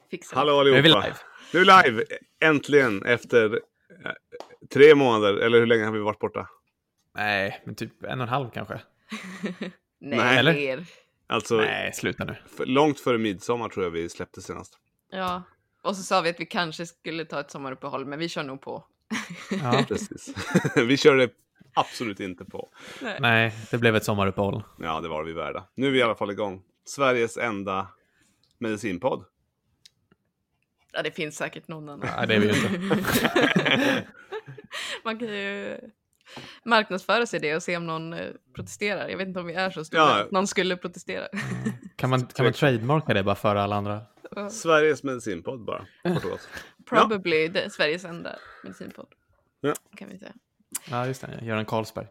Fixa. Hallå Nu är vi allihopa. live. Nu är vi live. Äntligen efter 3 månader. Eller hur länge har vi varit borta? Nej, men typ 1,5 kanske. Nej, eller? mer. Alltså Nej, sluta nu. långt före midsommar tror jag vi släppte senast. Ja. Och så sa vi att vi kanske skulle ta ett sommaruppehåll, men vi kör nog på. Ja. Precis. Vi körde absolut inte på. Nej, det blev ett sommaruppehåll. Ja, det var vi värda. Nu är vi i alla fall igång. Sveriges enda medicinpodd. Ja, det finns säkert någon annan. Nej, det är vi ju inte. Man kan ju marknadsföra sig det och se om någon protesterar. Jag vet inte om vi är så stora Ja. att någon skulle protestera. Kan man trademarka det bara för alla andra? Sveriges medicinpodd bara. Kort och gott. Probably Sveriges enda medicinpodd. Ja. Kan vi säga. Ja, just det. Göran Karlsberg.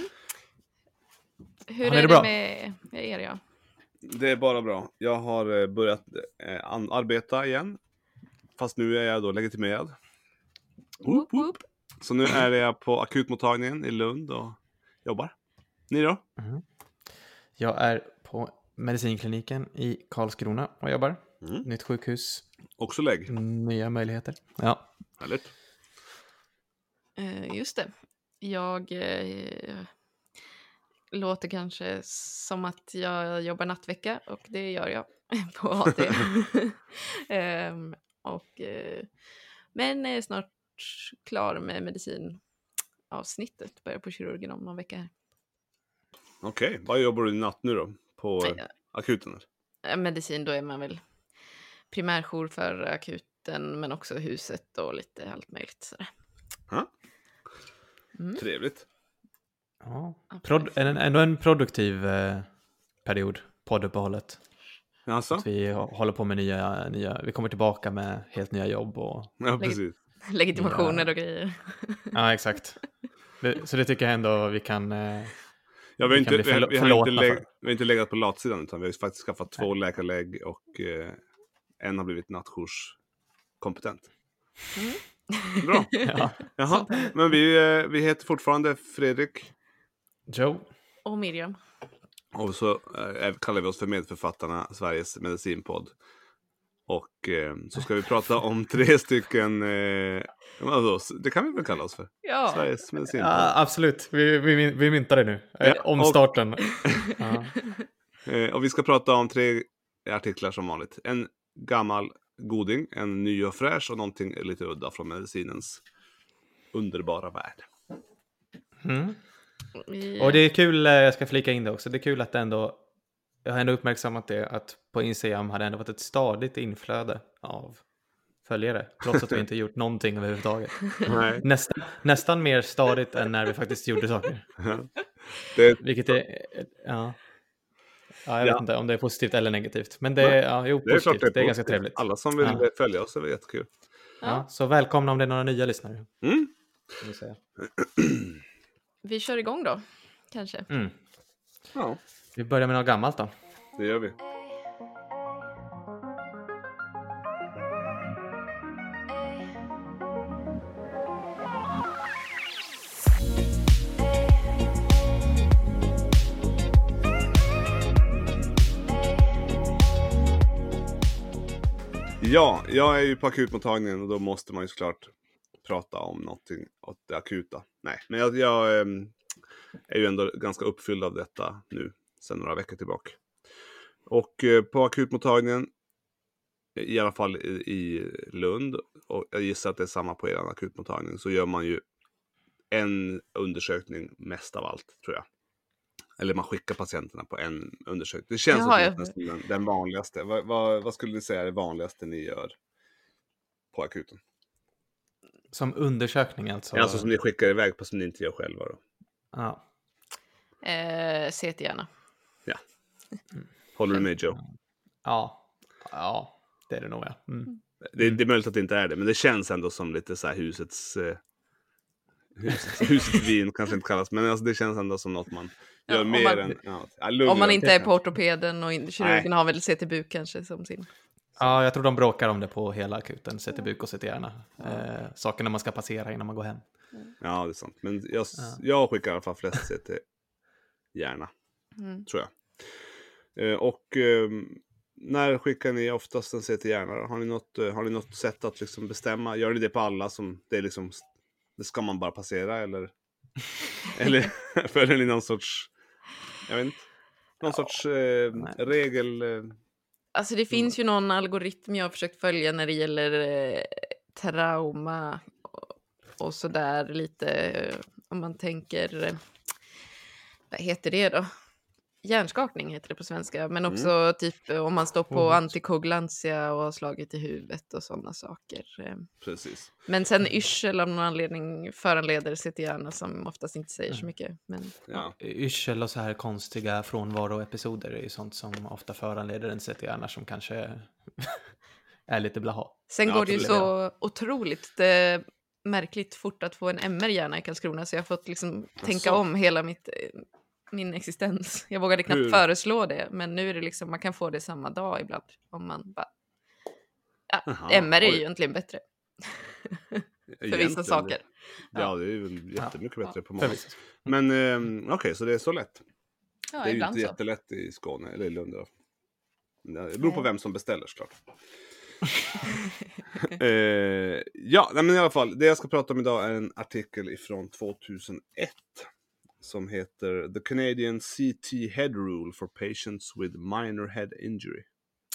Hur Ja, är är det det bra? med er? Ja? Det är bara bra. Jag har börjat arbeta igen. Fast nu är jag då legitimerad. Woop, woop. Så nu är jag på akutmottagningen i Lund och jobbar. Ni då? Jag är på medicinkliniken i Karlskrona och jobbar. Mm. Nytt sjukhus, Också lägg. nya möjligheter. Ja. Härligt. Just det. Jag låter kanske som att jag jobbar nattvecka, och det gör jag på AT. Men är snart klar med medicinavsnittet. Börjar på kirurgen om någon vecka här. Okej, vad jobbar du i natt nu då? På akuten? Medicin, då är man väl primärjour för akuten, men också huset och lite allt möjligt sådär. Ha? Trevligt. Ja. Ändå en produktiv period, podduppehållet. Alltså? Vi håller på med nya, vi kommer tillbaka med helt nya jobb och... Ja, precis. Legitimationer och grejer. Ja, exakt. Så det tycker jag ändå vi kan... Ja, vi har inte legat på latsidan, utan vi har faktiskt skaffat 2 läkarlägg och en har blivit nattjourskompetent. Bra. Ja. Jaha, men vi heter fortfarande Fredrik. Joe. Och Miriam. Och så kallar vi oss för medförfattarna Sveriges medicinpodd. Och så ska vi prata om 3 stycken... det kan vi väl kalla oss för. Ja. Sveriges medicinpodd. Ja, absolut. Vi myntar det nu. Omstarten. Ja. Och vi ska prata om 3 artiklar som vanligt. En gammal goding, en ny och fräsch och någonting lite udda från medicinens underbara värld. Och det är kul, jag ska flika in det också, det är kul att jag har ändå uppmärksammat det, att på Instagram hade ändå varit ett stadigt inflöde av följare, trots att vi inte gjort någonting överhuvudtaget. Nej. Nästan mer stadigt än när vi faktiskt gjorde saker. Vilket är, jag vet inte om det är positivt eller negativt, men det är positivt, klart det är ganska trevligt. Alla som vill följa oss är jättekul. Ja, så välkomna om det är några nya lyssnare. Kan vi säga. Vi kör igång då, kanske. Ja, Vi börjar med något gammalt då. det gör vi. Ja, jag är ju på akutmottagningen och då måste man ju såklart prata om någonting åt det akuta. Nej, men jag är ju ändå ganska uppfylld av detta nu sedan några veckor tillbaka. Och på akutmottagningen, i alla fall i Lund, och jag gissar att det är samma på er akutmottagning, så gör man ju en undersökning mest av allt, tror jag. Eller man skickar patienterna på en undersökning. Det känns som den vanligaste. Vad skulle ni säga är det vanligaste ni gör på akuten? Som undersökning alltså? Alltså som ni skickar iväg på som ni inte gör själva då? Ja. CT-hjärna. Ja. Håller du med, Joe? Ja, det är det nog, ja. Det är möjligt att det inte är det, men det känns ändå som lite så här husets vin kanske inte kallas, men alltså det känns ändå som något man gör mer än... Om man inte är på ortopeden och kirurgen har väl CT-buk kanske som sin... Ja, jag tror de bråkar om det på hela akuten, CT-buk och CT-hjärna. Sakerna man ska passera innan man går hem. Ja, det är sant. Men jag skickar i alla fall flest CT-hjärna, tror jag. Och när skickar ni oftast en CT-hjärna då? Har ni något sätt att liksom bestämma? Gör ni det på alla som det är liksom, det ska man bara passera eller följer ni någon sorts, jag vet inte, någon sorts regel? Alltså det finns ju någon algoritm jag har försökt följa när det gäller trauma och sådär lite, om man tänker, vad heter det då? Hjärnskakning heter det på svenska, men också typ om man står på antikoagulantia och har slagit i huvudet och sådana saker. Precis. Men sen yrsel av någon anledning föranleder CT-hjärna som oftast inte säger så mycket. Men, Ja. Yrsel och så här konstiga frånvaroepisoder är ju sånt som ofta föranleder en CT-hjärna som kanske är lite blaha. Sen Ja, går det ju det så otroligt märkligt fort att få en MR-hjärna i Karlskrona, så jag har fått liksom tänka om hela min existens. Jag vågade knappt föreslå det, men nu är det liksom, man kan få det samma dag ibland om man bara... Ja, MR är ju egentligen bättre. För vissa saker. Ja, det är ju jättemycket bättre på många. Men okej, så det är så lätt. Ja, det är ju ibland inte så. jättelätt i Skåne eller i Lund. Det beror på vem som beställer såklart. Ja, men i alla fall, det jag ska prata om idag är en artikel ifrån 2001 som heter The Canadian CT Head Rule for Patients with Minor Head Injury.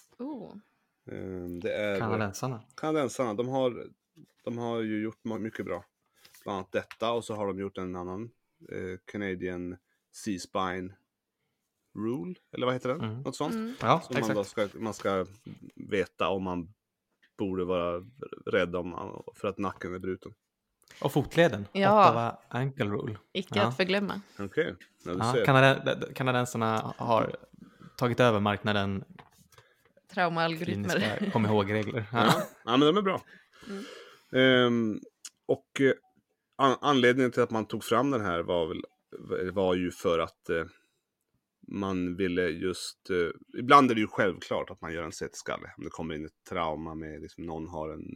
Det är kanadensarna. De har ju gjort mycket bra. Bland annat detta, och så har de gjort en annan Canadian C-Spine Rule, eller vad heter den? Något sånt. Ja, som man ska veta om man borde vara rädd för att nacken är bruten. Och fotleden. Ottawa Ankle Rule. Icke att förglömma. Okej. Kanadensarna har tagit över marknaden. Trauma-algoritmer. Kom ihåg regler. Ja, men de är bra. Och anledningen till att man tog fram den här var ju för att man ville just... ibland är det ju självklart att man gör en CT-skalle. Om det kommer in ett trauma med liksom, någon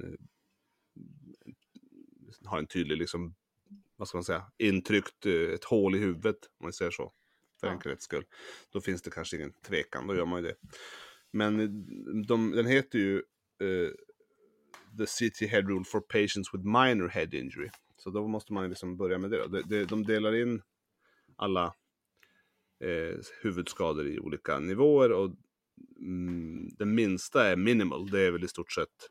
har en tydlig liksom, vad ska man säga, intryckt ett hål i huvudet, om man säger så, för enkelhets skull. Då finns det kanske ingen tvekan, då gör man ju det. Men den heter ju The CT Head Rule for Patients with Minor Head Injury. Så då måste man liksom börja med det då. De delar in alla huvudskador i olika nivåer, och den minsta är minimal. Det är väl i stort sett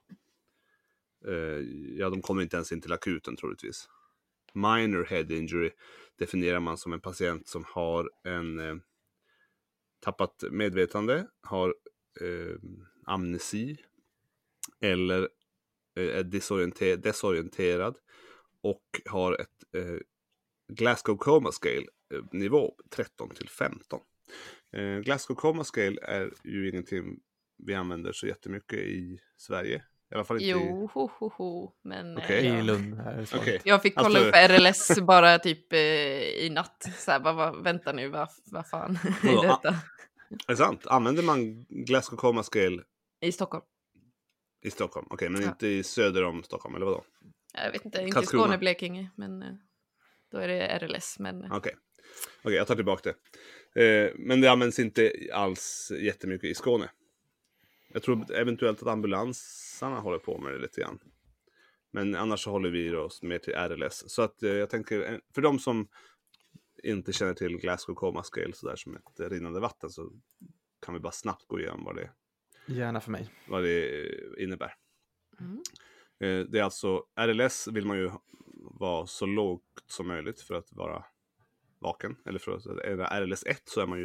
de kommer inte ens in till akuten troligtvis. Minor head injury definierar man som en patient som har en tappat medvetande, har amnesi eller är desorienterad och har ett Glasgow Coma Scale nivå 13-15. Glasgow Coma Scale är ju ingenting vi använder så jättemycket i Sverige. I alla fall inte men i Lund. Jag fick kolla upp RLS bara typ i natt. Så här, vänta nu, vad fan är detta? Är det sant? Använder man Glasgow Coma Scale i Stockholm? I Stockholm, okej, men inte i söder om Stockholm, eller vadå? Jag vet inte i Skåne, Blekinge, men då är det RLS. Okej, jag tar tillbaka det. Men det används inte alls jättemycket i Skåne. Jag tror eventuellt att ambulansarna håller på med det lite grann. Men annars så håller vi oss mer till RLS. Så att jag tänker, för de som inte känner till Glasgow Coma Scale så där som ett rinnande vatten, så kan vi bara snabbt gå igenom vad det gärna för mig. Vad det innebär. Det är alltså, RLS vill man ju vara så lågt som möjligt för att vara vaken. Eller för att RLS 1 så är man ju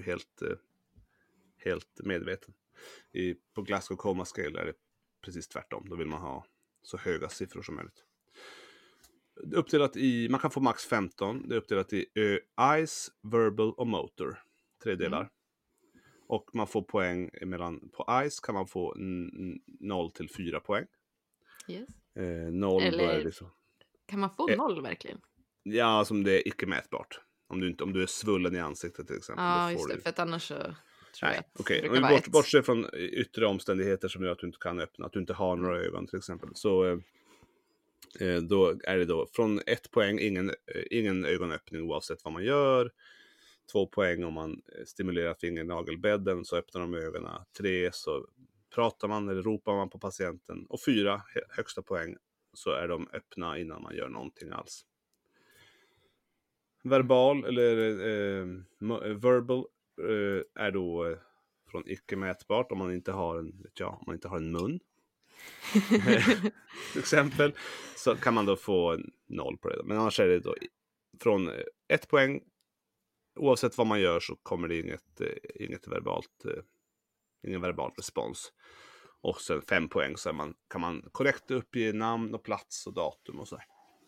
helt medveten. På Glasgow Coma Scale är det precis tvärtom. Då vill man ha så höga siffror som möjligt. Uppdelat man kan få max 15. Det är uppdelat i eyes, verbal och motor. 3 delar. Och man får poäng på eyes kan man få 0 till 4 poäng. Yes. 0 eller liksom. Kan man få 0 verkligen? Ja, som det är icke mätbart. Om du är svullen i ansiktet till exempel. Ja, just det. För att annars så tror jag att det brukar vara bortse från yttre omständigheter som gör att du inte kan öppna. Att du inte har några ögon till exempel. Så då är det då från 1 poäng ingen ögonöppning oavsett vad man gör. 2 poäng om man stimulerar fingernagelbädden så öppnar de ögonen. 3 så pratar man eller ropar man på patienten. Och 4, högsta poäng, så är de öppna innan man gör någonting alls. Verbal eller verbal är då från icke mätbart om man inte har en mun. Till exempel så kan man då få 0 på det. Men annars är det då från 1 poäng. Oavsett vad man gör så kommer det ingen verbal respons. Och sen 5 poäng så kan man korrekt uppge namn och plats och datum och så.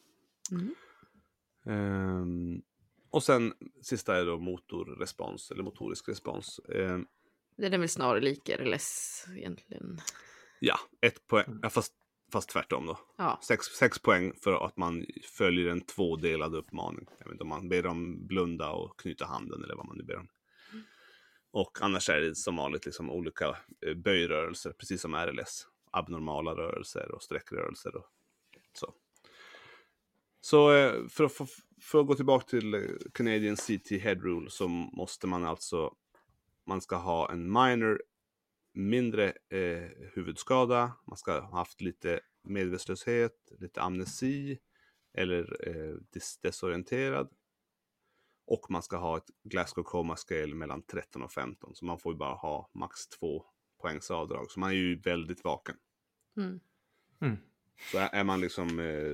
Och sen sista är då motorrespons eller motorisk respons. Det är väl snarare lika RLS egentligen. Ja, 1 poäng. Ja, fast tvärtom då. Ja. 6 poäng för att man följer en 2-delad uppmaning. Jag vet inte om man ber dem blunda och knyta handen eller vad man nu ber om. Och annars är det som vanligt liksom olika böjrörelser, precis som RLS. Abnormala rörelser och sträckrörelser och så. Så för att gå tillbaka till Canadian CT Head Rule så måste man ska ha en mindre huvudskada, man ska ha haft lite medvetslöshet, lite amnesi eller desorienterad. Och man ska ha ett Glasgow Coma Scale mellan 13 och 15. Så man får ju bara ha max 2 poängs avdrag. Så man är ju väldigt vaken. Så är man liksom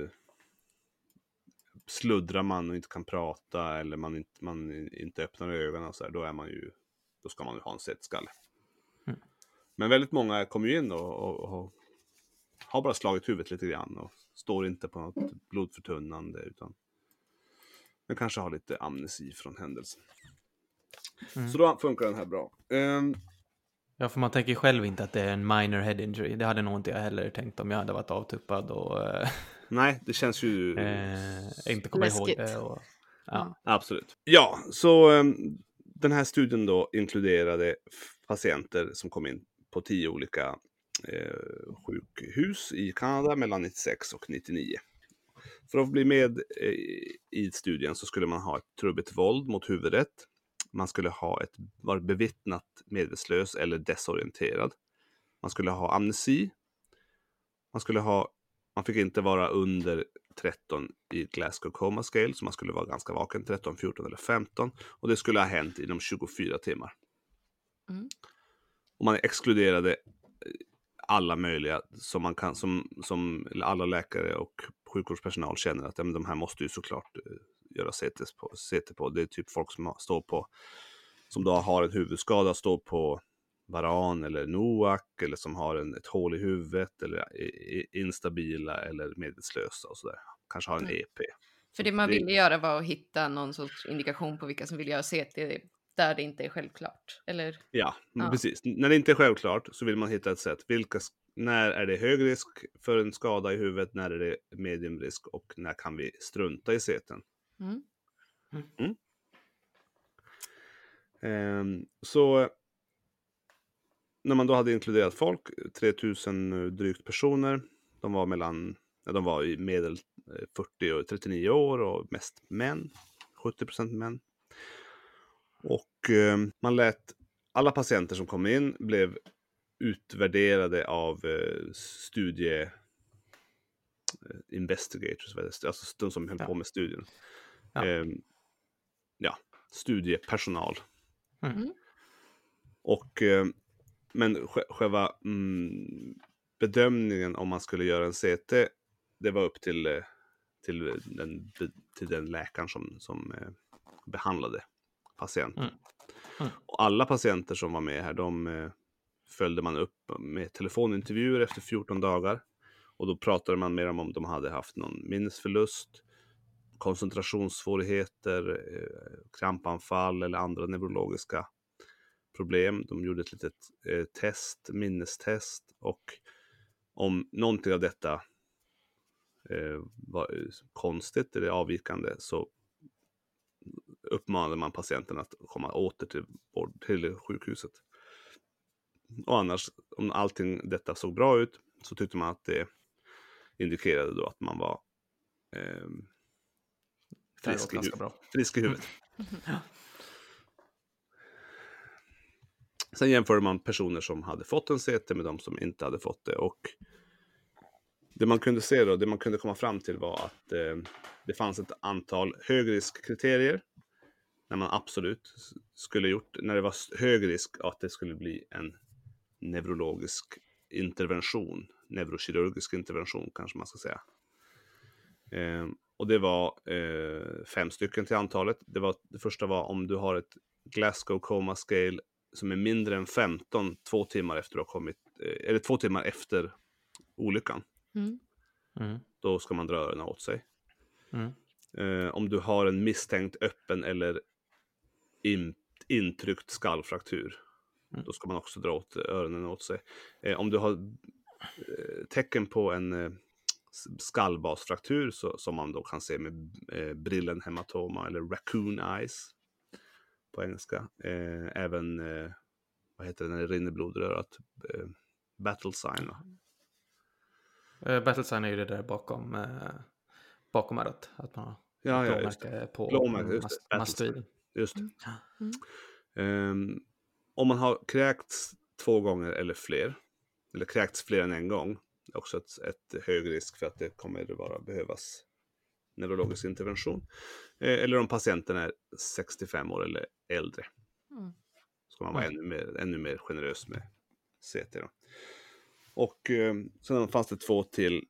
sluddrar man och inte kan prata eller man inte öppnar ögonen och så här, då ska man ju ha en sättskalle. Men väldigt många kommer ju in och har bara slagit huvudet lite grann och står inte på något blodförtunnande utan men kanske har lite amnesi från händelsen. Så då funkar den här bra. Ja, för man tänker själv inte att det är en minor head injury. Det hade nog inte jag heller tänkt om jag hade varit avtuppad och nej, det känns ju inte komma ihåg det. Och, ja. Absolut. Ja, så den här studien då inkluderade patienter som kom in på 10 olika sjukhus i Kanada mellan 96 och 99. För att bli med i studien så skulle man ha ett trubbigt våld mot huvudet. Man skulle vara bevittnat medvetslös eller desorienterad. Man skulle ha amnesi. Man fick inte vara under 13 i Glasgow Coma Scale, så man skulle vara ganska vaken, 13, 14 eller 15. Och det skulle ha hänt inom 24 timmar. Och man exkluderade alla möjliga som man kan, som alla läkare och sjukvårdspersonal känner att de här måste ju såklart göra CT på. Det är typ folk som då har en huvudskada, står på Varan eller NOAC eller som har ett hål i huvudet eller instabila eller medvetslösa och sådär. Kanske har en EP. För det man ville göra var att hitta någon sorts indikation på vilka som vill göra CT där det inte är självklart, eller? Ja, precis. När det inte är självklart så vill man hitta ett sätt. När är det hög risk för en skada i huvudet? När är det medium risk? Och när kan vi strunta i CT:n? Så när man då hade inkluderat folk, 3000 drygt personer, de var i medel 40 och 39 år och mest män, 70% män. Och man lät alla patienter som kom in blev utvärderade av studie investigators, alltså de som höll på med studien. Studiepersonal. Och men själva bedömningen om man skulle göra en CT, det var upp till den läkaren som behandlade patienten. Och alla patienter som var med här, de följde man upp med telefonintervjuer efter 14 dagar. Och då pratade man med dem om de hade haft någon minnesförlust, koncentrationssvårigheter, krampanfall eller andra neurologiska problem. De gjorde ett litet minnestest, och om någonting av detta var konstigt eller avvikande så uppmanade man patienten att komma åter till sjukhuset. Och annars, om allting detta såg bra ut, så tyckte man att det indikerade då att man var frisk i huvudet. Sen jämförde man personer som hade fått en CT med de som inte hade fått det. Och det man kunde se då, det man kunde komma fram till var att det fanns ett antal högriskkriterier när man absolut skulle gjort, när det var hög risk att det skulle bli en neurologisk intervention, neurokirurgisk intervention kanske man ska säga. Och det var 5 stycken till antalet. Det första var om du har ett Glasgow Coma Scale som är mindre än 15 2 timmar efter du har kommit, eller 2 timmar efter olyckan. Då ska man dra öronen åt sig. Om du har en misstänkt öppen eller intryckt skallfraktur, då ska man också dra öronen åt sig. Om du har tecken på en skallbasfraktur som man då kan se med brillenhematoma eller raccoon eyes på engelska. Även vad heter det när det rinner blod i örat? Battle sign. Battle sign är ju det där bakom örat. Att man har blåmärke på mastoiden. Just det. Om man har kräkts 2 gånger eller fler, eller kräkts fler än en gång, är också ett hög risk för att det kommer att behövas neurologisk intervention. Eller om patienten är 65 år eller äldre. Ska man vara ännu mer generös med CT då. Och sen fanns det 2 till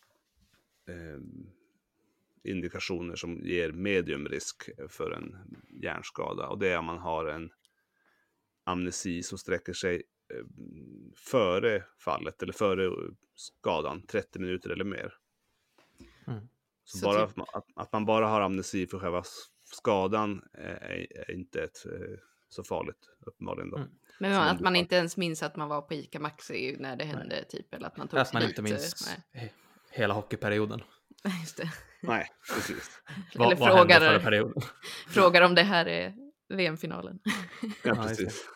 indikationer som ger mediumrisk för en hjärnskada. Och det är om man har en amnesi som sträcker sig före fallet eller före skadan 30 minuter eller mer. Så bara typ att man bara har amnesi för själva skadan är inte så farligt uppenbarligen då. Men att man inte ens minns att man var på ICA Maxi när det hände typ, eller att man tog att man inte minns hela hockeyperioden. Just det. Nej, precis. Eller frågar om det här är VM-finalen. Ja, precis.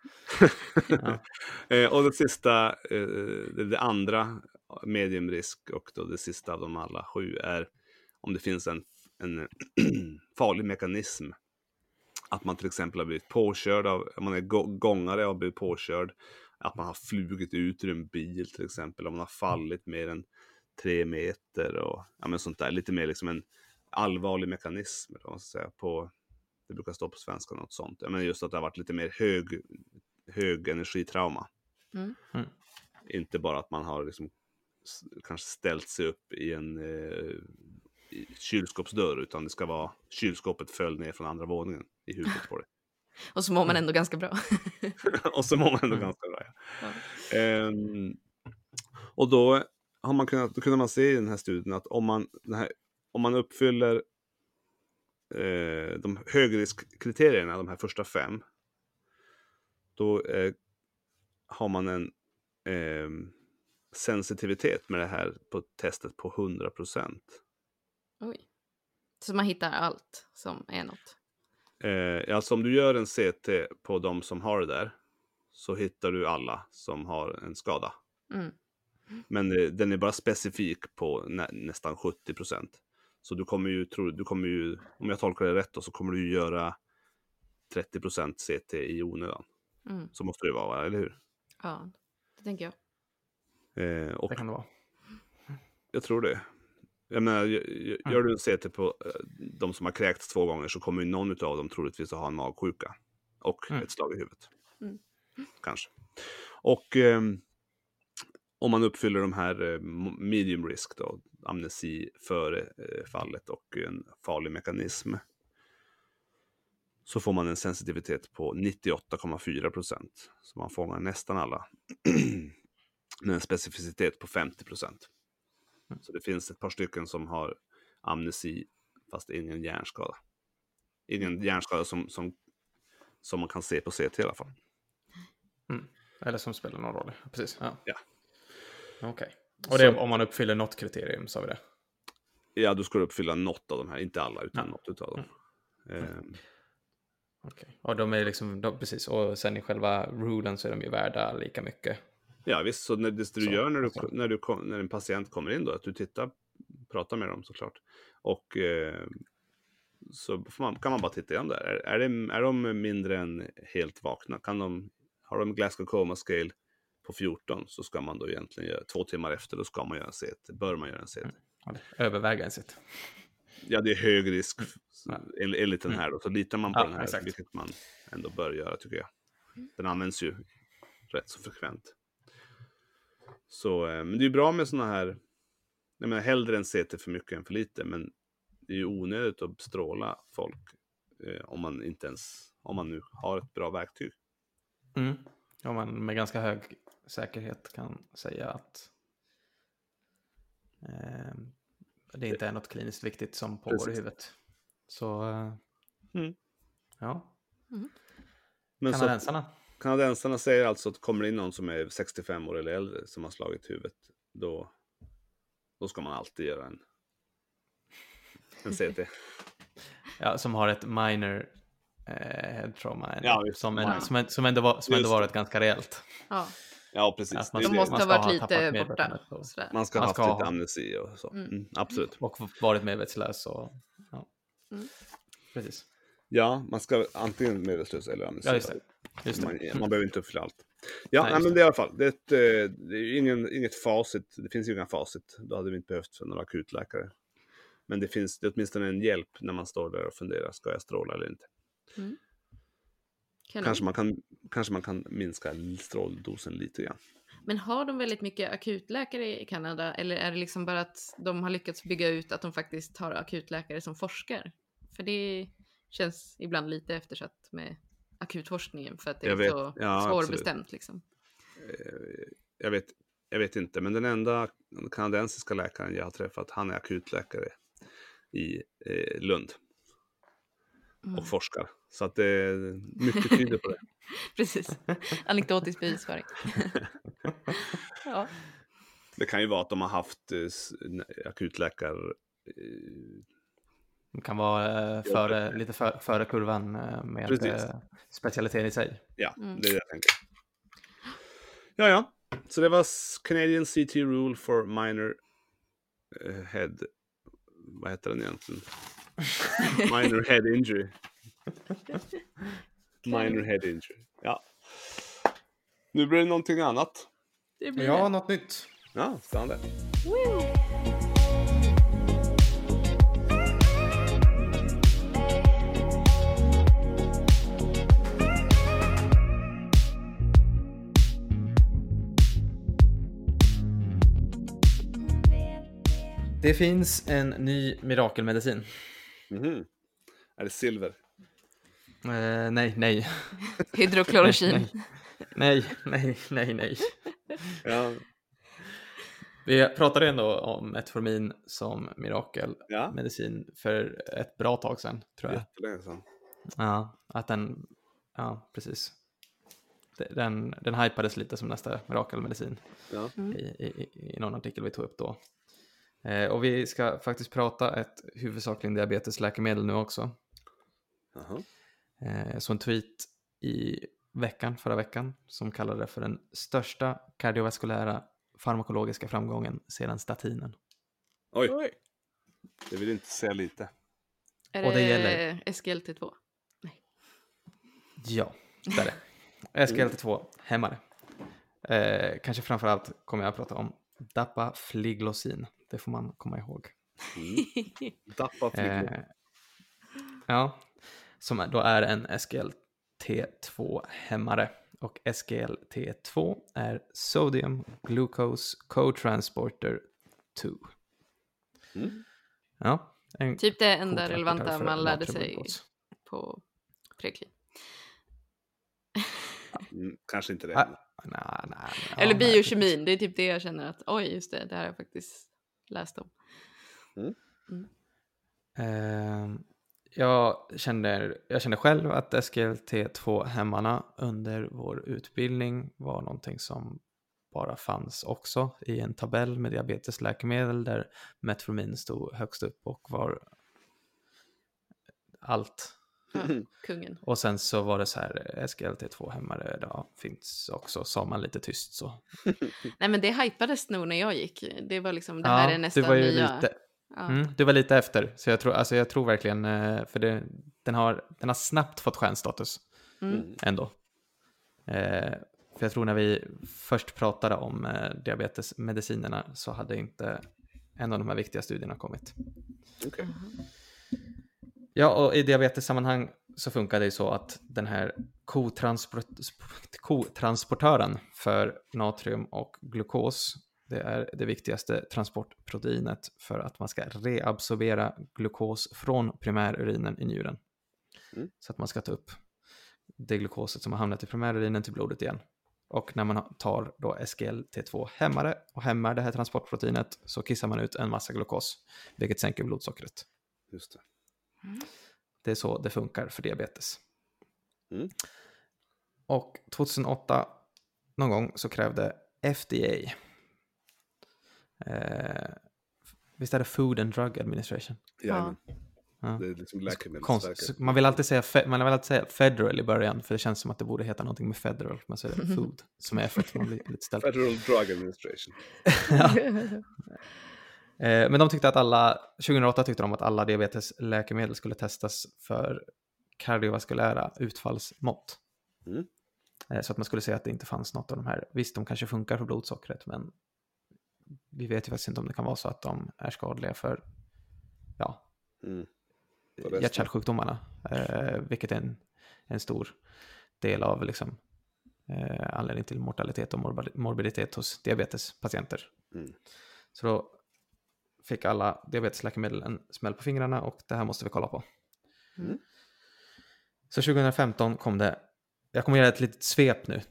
Och det sista, det andra mediumrisk och då det sista av de alla 7 är om det finns en farlig mekanism. Att man till exempel har blivit påkörd om man är gångare och har blivit påkörd. Att man har flugit ut ur en bil till exempel. Om man har fallit mer än 3 meter och sånt där. Lite mer liksom en allvarlig mekanism. Man ska säga, det brukar stå på svenska något sånt. Men just att det har varit lite mer hög energitrauma. Inte bara att man har liksom kanske ställt sig upp i en kylskåpsdörr, utan det ska vara kylskåpet föll ner från andra våningen i huvudet på det. Och så mår man ändå ganska bra. Och så mår man ändå ganska bra, ja. Och då kunde man se i den här studien att om man uppfyller de högriskkriterierna, de här första 5, då har man en sensitivitet med det här på testet på 100%. Oj. Så man hittar allt som är något? Alltså om du gör en CT på de som har det där, så hittar du alla som har en skada. Men den är bara specifik på nästan 70%. Så du kommer ju, om jag tolkar det rätt då, så kommer du ju göra 30% CT i onödan. Så måste det vara, eller hur? Ja, det tänker jag. Och det kan det vara. Jag tror det. Jag menar, gör du en CT på de som har kräkts 2 gånger, så kommer ju någon av dem troligtvis att ha en magsjuka och ett slag i huvudet. Kanske. Och om man uppfyller de här medium risk då, amnesi före fallet och en farlig mekanism, så får man en sensitivitet på 98,4%. Så man fångar nästan alla. Med en specificitet på 50%. Så det finns ett par stycken som har amnesi fast ingen hjärnskada. Ingen hjärnskada som man kan se på CT i alla fall. Eller som spelar någon roll. Precis. Ja. Okej. Och det är om man uppfyller något kriterium, sa vi det? Ja, du ska uppfylla något av de här. Inte alla, utan något av dem. Okej. Och de är liksom, precis. Och sen i själva rulen så är de ju värda lika mycket. Ja, visst. Så det du gör när en patient kommer in då, att du pratar med dem såklart. Och så kan man bara titta igen där. Är de mindre än helt vakna? har de Glasgow Coma Scale på 14 så ska man då egentligen göra 2 timmar efter, då ska man göra en CT. Bör man göra en CT. Överväga en CT. Ja, det är hög risk enligt den här då. Så litar man på den här, exakt. vilket man ändå bör göra tycker jag. Den används ju rätt så frekvent. Så, men det är ju bra med såna här, jag menar hellre en CT för mycket än för lite, men det är ju onödigt att stråla folk om man nu har ett bra verktyg. Om man med ganska hög säkerhet kan säga att det inte är något kliniskt viktigt som pågår i huvudet. Så ja. Men kanadensarna säger alltså att kommer det in någon som är 65 år eller äldre som har slagit huvudet, då ska man alltid göra en CT. Ja, som har ett minor head trauma. Ja, som ändå varit ganska rejält. Ja, precis. De måste ha varit lite borta. Man ska ha haft lite amnesi och så. Absolut. Och varit medvetslös. Och, ja. Precis. Ja, man ska antingen medvetslös eller amnesi. Ja, just det. Man behöver inte uppfylla allt. Ja, nej, men det är i alla fall. Det är inget facit. Det finns ju inga facit. Då hade vi inte behövt för några akutläkare. Men det är åtminstone en hjälp när man står där och funderar. Ska jag stråla eller inte? Kanske man kan minska stråldosen lite grann. Men har de väldigt mycket akutläkare i Kanada? Eller är det liksom bara att de har lyckats bygga ut att de faktiskt har akutläkare som forskar? För det känns ibland lite eftersatt med akutforskningen. För att det är så svårbestämt liksom. Jag vet inte. Men den enda kanadensiska läkaren jag har träffat, han är akutläkare i Lund. Och forskar. Så att det är mycket tyder på det. Precis. Anekdotisk bevisföring. Ja. Det kan ju vara att de har haft akutläkare. De kan vara lite före kurvan med specialiteten i sig. Ja, det är det jag tänker. Ja. Så det var Canadian CT Rule for Minor Head. Vad heter den egentligen? Minor Head Injury. Minor Head Injury. Ja. Nu blir det någonting annat. Det blir något nytt. Ja, spännande. Det finns en ny mirakelmedicin. Är det silver? Nej. Hydroklorokin. Nej. Ja. Vi pratade ändå om Metformin som mirakelmedicin för ett bra tag sedan, tror jag. Jättelänge sedan. Ja, att precis. Den hypades lite som nästa mirakelmedicin i någon artikel vi tog upp då. Och vi ska faktiskt prata ett huvudsakligen diabetesläkemedel nu också. Så en tweet förra veckan som kallade det för den största kardiovaskulära farmakologiska framgången sedan statinen. Oj. Det vill inte säga lite. Är och det gäller SGLT2? Nej. Ja, det är det. SGLT2 hämmare. Kanske framförallt kommer jag att prata om dapagliflozin. Det får man komma ihåg. Dapagliflozin. Ja, som då är en SGLT2-hämmare. Och SGLT2 är Sodium Glucose Co-Transporter 2. Ja, typ det enda relevanta man lärde sig på prekliv. Kanske inte det. Nej. Eller biokemin, det är typ det jag känner att just det har jag faktiskt läst om. Jag kände själv att SGLT2-hämmarna under vår utbildning var någonting som bara fanns också i en tabell med diabetesläkemedel där Metformin stod högst upp och var allt. Kungen. Och sen så var det så här, SGLT2-hämmare finns också, sa man lite tyst så. Nej, men det hypades nog när jag gick. Det var liksom, det här är nästan du var ju nya. Lite, du var lite efter, så jag tror verkligen, för den har snabbt fått stjärnstatus ändå. För jag tror när vi först pratade om diabetesmedicinerna så hade inte en av de här viktiga studierna kommit. Okej. Ja, och i diabetessammanhang så funkar det ju så att den här kotransportören för natrium och glukos, det är det viktigaste transportproteinet för att man ska reabsorbera glukos från primärurinen i njuren. Så att man ska ta upp det glukoset som har hamnat i primärurinen till blodet igen. Och när man tar då SGLT2-hämmare och hämmar det här transportproteinet så kissar man ut en massa glukos, vilket sänker blodsockret. Just det. Det är så det funkar för diabetes. Och 2008 någon gång så krävde FDA, visst är det Food and Drug Administration? Ja. Ja. Det är liksom läkemedelsverket. Man vill alltid säga federal i början, för det känns som att det borde heta någonting med federal, men så är det food som är F1, man blir lite ställd. Federal Drug Administration. Men de tyckte att 2008 tyckte de att alla diabetesläkemedel skulle testas för kardiovaskulära utfallsmått. Så att man skulle se att det inte fanns något av de här. Visst, de kanske funkar för blodsockret, men vi vet ju faktiskt inte om det kan vara så att de är skadliga för hjärt-kärlsjukdomarna, vilket är en stor del av liksom, anledning till mortalitet och morbiditet hos diabetespatienter. Så då fick alla diabetesläkemedel en smäll på fingrarna och det här måste vi kolla på. Så 2015 kom det, jag kommer göra ett litet svep nu,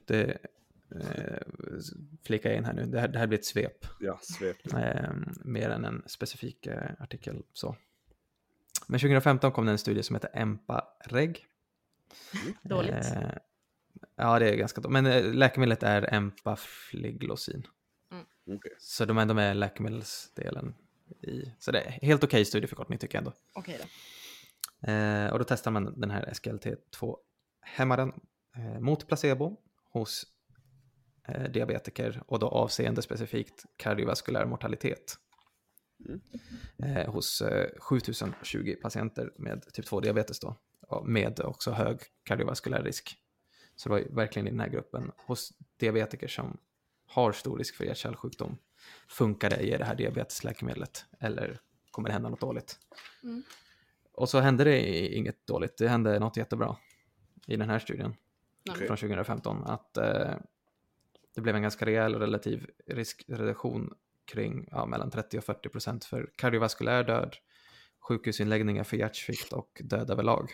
flika in här nu, det här blir ett svep. Ja, svep. Mer än en specifik artikel så. Men 2015 kom det en studie som heter EMPA-REG. Dåligt. Ja, det är ganska dåligt. Men läkemedlet är Empagliflozin. Okay. Så de är ändå med läkemedelsdelen i. Så det är helt okej studieförkortning tycker jag ändå. Okej då. Och då testar man den här SGLT2-hämmaren mot placebo hos diabetiker och då avseende specifikt kardiovaskulär mortalitet. Hos 7020 patienter med typ 2 diabetes då, med också hög kardiovaskulär risk. Så det var verkligen i den här gruppen hos diabetiker som har stor risk för hjärt-kärlsjukdom. Funkar det att ge det här diabetesläkemedlet eller kommer det hända något dåligt? Och så hände det inget dåligt, det hände något jättebra i den här studien från 2015, att det blev en ganska rejäl och relativ riskreduktion kring mellan 30 och 40% för kardiovaskulär död, sjukhusinläggningar för hjärtsvikt och död överlag.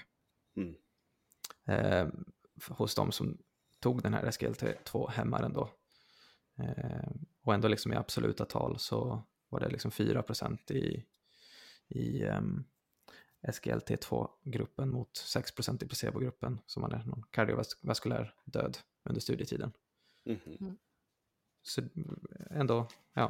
Hos de som tog den här SGLT2-hämmaren då. Och ändå liksom i absoluta tal så var det liksom 4% i SGLT2-gruppen mot 6% i placebo-gruppen som hade någon kardiovaskulär död under studietiden. Så ändå,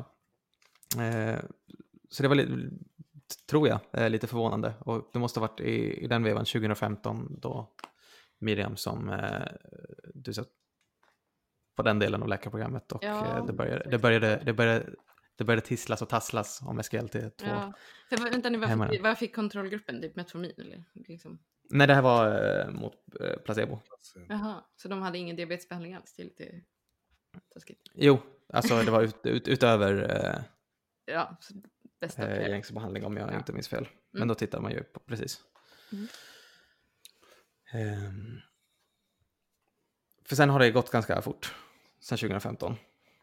så det var tror jag, lite förvånande. Och det måste ha varit i den vevan 2015 då Miriam som du sa på den delen av läkarprogrammet och det började tisslas och tasslas om SGLT2. Ja. För, vänta nu, vad fick kontrollgruppen? Typ Metformin eller liksom? Nej, det här var mot placebo. Jaha, så de hade ingen diabetesbehandling alls? Det är lite taskigt. Jo, alltså det var utöver bästa gängsbehandling om jag inte minns fel. Men då tittar man ju på precis. För sen har det gått ganska fort sen 2015.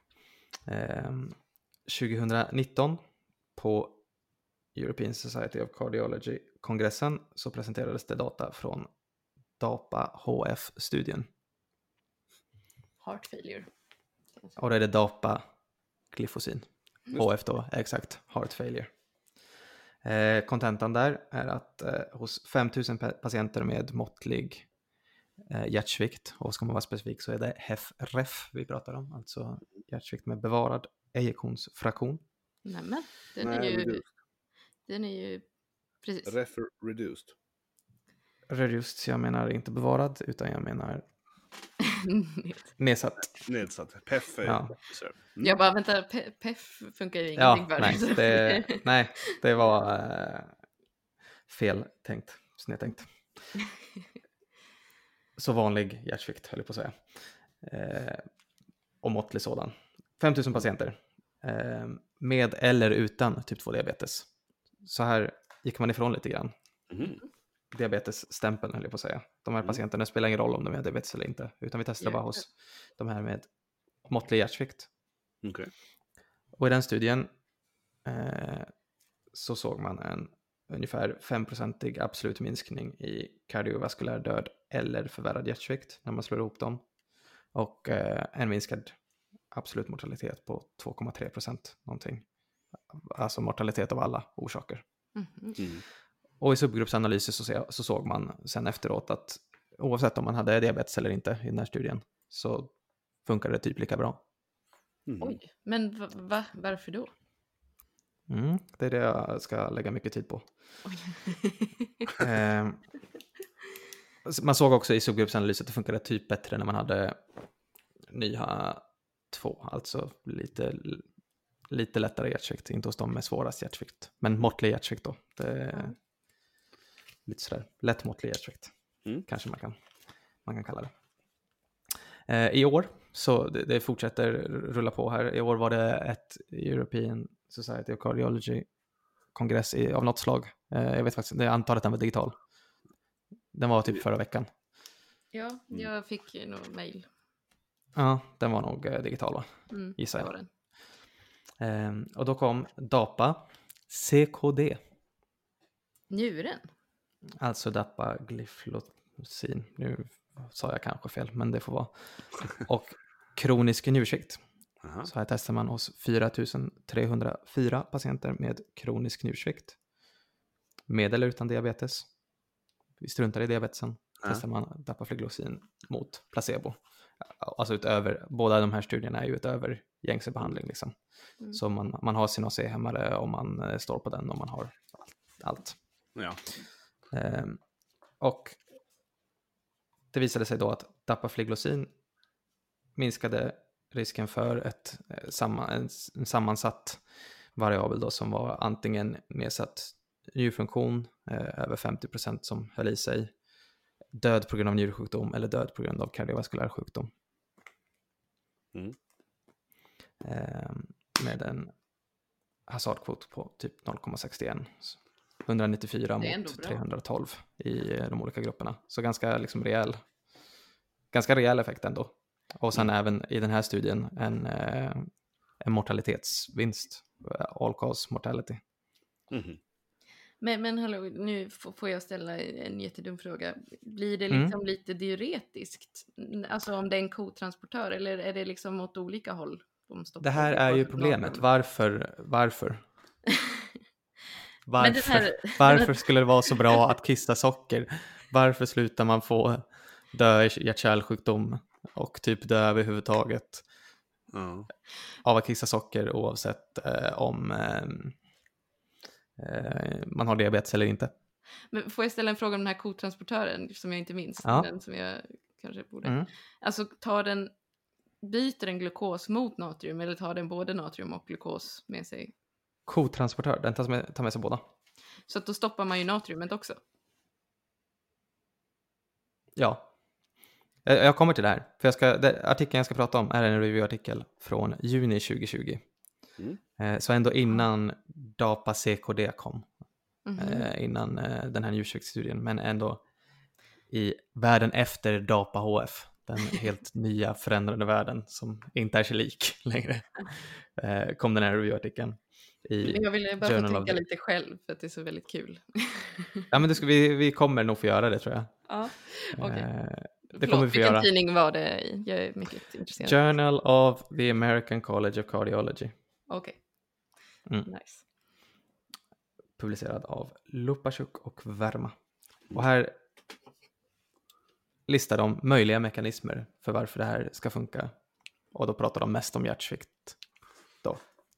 2019 på European Society of Cardiology-kongressen så presenterades det data från DAPA-HF-studien. Heart failure. Och det är det DAPA-glifosin. HF då, exakt, heart failure. Kontentan där är att hos 5000 patienter med måttlig hjärtsvikt, och ska man vara specifik så är det HFrEF vi pratar om, alltså hjärtsvikt med bevarad ejektionsfraktion. Nämen, den är ju precis. Reduced. Reduced, jag menar inte bevarad utan jag menar nedsatt. PEF är Jag bara, vänta, PEF funkar ju ingenting för. Nej, det var fel tänkt, snedtänkt. Så vanlig hjärtsvikt höll jag på att säga. och måttlig sådan. 5 000 patienter med eller utan typ 2-diabetes. Så här gick man ifrån lite grann. Diabetesstämpeln höll jag på att säga. De här patienterna spelar ingen roll om de har diabetes eller inte, utan vi testar bara hos de här med måttlig hjärtsvikt. Okay. Och i den studien så såg man en ungefär 5% absolut minskning i kardiovaskulär död eller förvärrad hjärtsvikt när man slår ihop dem. Och en minskad absolut mortalitet på 2,3% någonting. Alltså mortalitet av alla orsaker. Och i subgruppsanalyser så såg man sen efteråt att oavsett om man hade diabetes eller inte i den här studien så funkade det typ lika bra. Oj, men varför då? Det är det jag ska lägga mycket tid på. Man såg också i subgruppsanalyser att det funkade typ bättre när man hade NYHA 2, alltså lite lättare hjärtsvikt, inte hos dem med svårast hjärtsvikt, men måttlig hjärtsvikt då. Det är lite sådär lätt måttlig hjärtsvikt, kanske man kan kalla det. I år, så det fortsätter rulla på här. I år var det ett European Society of Cardiology kongress av något slag. Jag vet faktiskt, jag antar att den var digital. Den var typ förra veckan. Ja, jag fick nog mejl. Ja, den var nog digital va? Gissar jag. Det var den. Och då kom DAPA CKD. Njuren? Alltså dapagliflozin. Nu sa jag kanske fel, men det får vara. Och kronisk njursvikt. Så här testar man hos 4304 patienter med kronisk njursvikt. Med eller utan diabetes. Vi struntar i diabetesen. Testar man dapagliflozin mot placebo. Alltså utöver, båda de här studierna är ju utöver gängse behandling liksom. Så man har sin AC-hämmare om man står på den, om man har allt. Ja. Och det visade sig då att dapagliflozin minskade risken för en sammansatt variabel då, som var antingen nedsatt njurfunktion, över 50% som höll i sig, död på grund av njursjukdom eller död på grund av kardiovaskulär sjukdom. Med en hasardkvot på typ 0,61. 194 mot 312 i de olika grupperna. Så ganska liksom rejäl effekt ändå. Och sen även i den här studien en mortalitetsvinst, all cause mortality. Men hallå, nu får jag ställa en jättedum fråga. Blir det liksom lite diuretiskt? Alltså om det är en kotransportör, eller är det liksom åt olika håll? Det här är ju problemet. Varför? Varför skulle det vara så bra att kissa socker? Varför slutar man få dö i hjärt-kärlsjukdom och typ dö överhuvudtaget av att kissa socker, oavsett om man har diabetes eller inte? Men får jag ställa en fråga om den här kotransportören som jag inte minns, men som jag kanske borde. Alltså byter den glukos mot natrium, eller tar den både natrium och glukos med sig? Kotransportör, den tar med sig båda. Så att då stoppar man ju natriumet också? Ja. Jag kommer till det här. För artikeln jag ska prata om är en review-artikel från juni 2020. Så ändå innan DAPA CKD kom. Innan den här njursviktstudien. Men ändå i världen efter DAPA HF. Den helt nya förändrade världen som inte är så lik längre. Kom den här review-artikeln. Jag ville bara få tänka lite själv för att det är så väldigt kul. Ja, men vi kommer nog få göra det, tror jag. Ja, okej. Det kommer vi få göra. Vilken tidning var det i? Jag är mycket intresserad. Journal of the American College of Cardiology. Okej. Nice. Publicerad av Lupashuk och Verma. Och här listar de möjliga mekanismer för varför det här ska funka. Och då pratar de mest om hjärtsvikt. Då.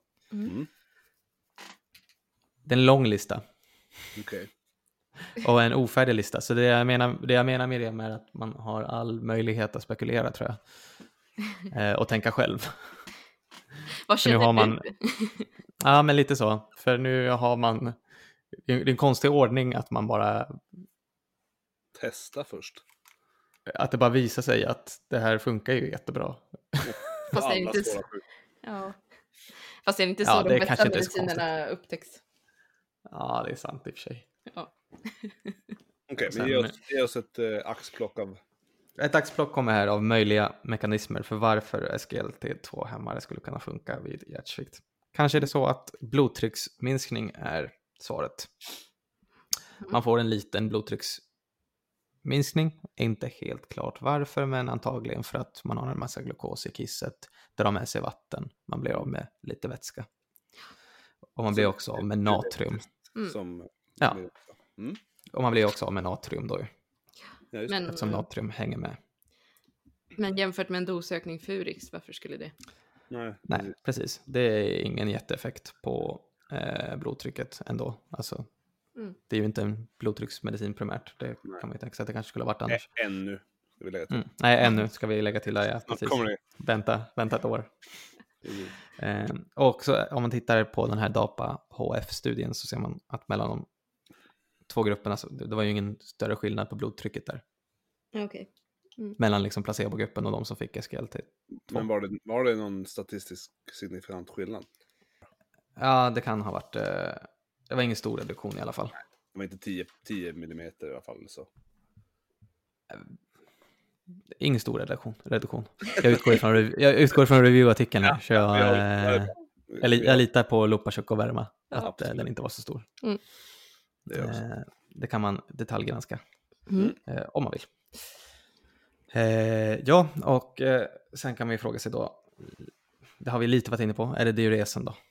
Det är en lång lista. Okay. Och en ofärdig lista. Så det jag menar med det är att man har all möjlighet att spekulera, tror jag. Och tänka själv. Vad känner du? Ja, men lite så. För nu har man... Det är en konstig ordning att man bara... Testa först. att det bara visar sig att det här funkar ju jättebra. Fast det är Alla inte svåra så. sjukdomar. Ja. Fast det är inte så Ja, de det bästa kanske inte är så medicinerna upptäcks. Ja, det är sant i och för sig. Ja. Okej, Och men sen- ge oss ett axplock av... Ett axplock kommer här av möjliga mekanismer för varför SGLT2-hämmare skulle kunna funka vid hjärtsvikt. Kanske är det så att blodtrycksminskning är svaret. Man får en liten blodtrycksminskning, inte helt klart varför, men antagligen för att man har en massa glukos i kisset, drar med sig vatten, man blir av med lite vätska. Och man blir också av med natrium. Som... Ja. Mm. Och man blir också av med natrium då, Ja, just Men, eftersom natrium hänger med. men jämfört med en dosökning för Urix, varför skulle det? Nej, precis. Det är ingen jätteeffekt på blodtrycket ändå. Alltså, det är ju inte en blodtrycksmedicin primärt. Det kan man ju tänka sig att det kanske skulle ha varit annars. Ännu. Ska vi lägga till. Nej, ännu ska vi lägga till det. Ja, Snart precis. kommer det. Vänta ett år. Och så, om man tittar på den här DAPA-HF-studien så ser man att mellan de två grupperna, så det var ju ingen större skillnad på blodtrycket där. Okej. Mellan liksom placebo-gruppen och de som fick SGLT. Men var det någon statistisk signifikant skillnad? Ja, det kan ha varit. Det var ingen stor reduktion i alla fall. Det var inte 10 millimeter i alla fall. Så. Ingen stor reduktion. Jag utgår från review-artikeln här. Så jag litar på Lupacuk och Verma att den inte var så stor. Det kan man detaljgranska om man vill. Ja, och sen kan man ju fråga sig då, det har vi lite varit inne på, är det diuresen då?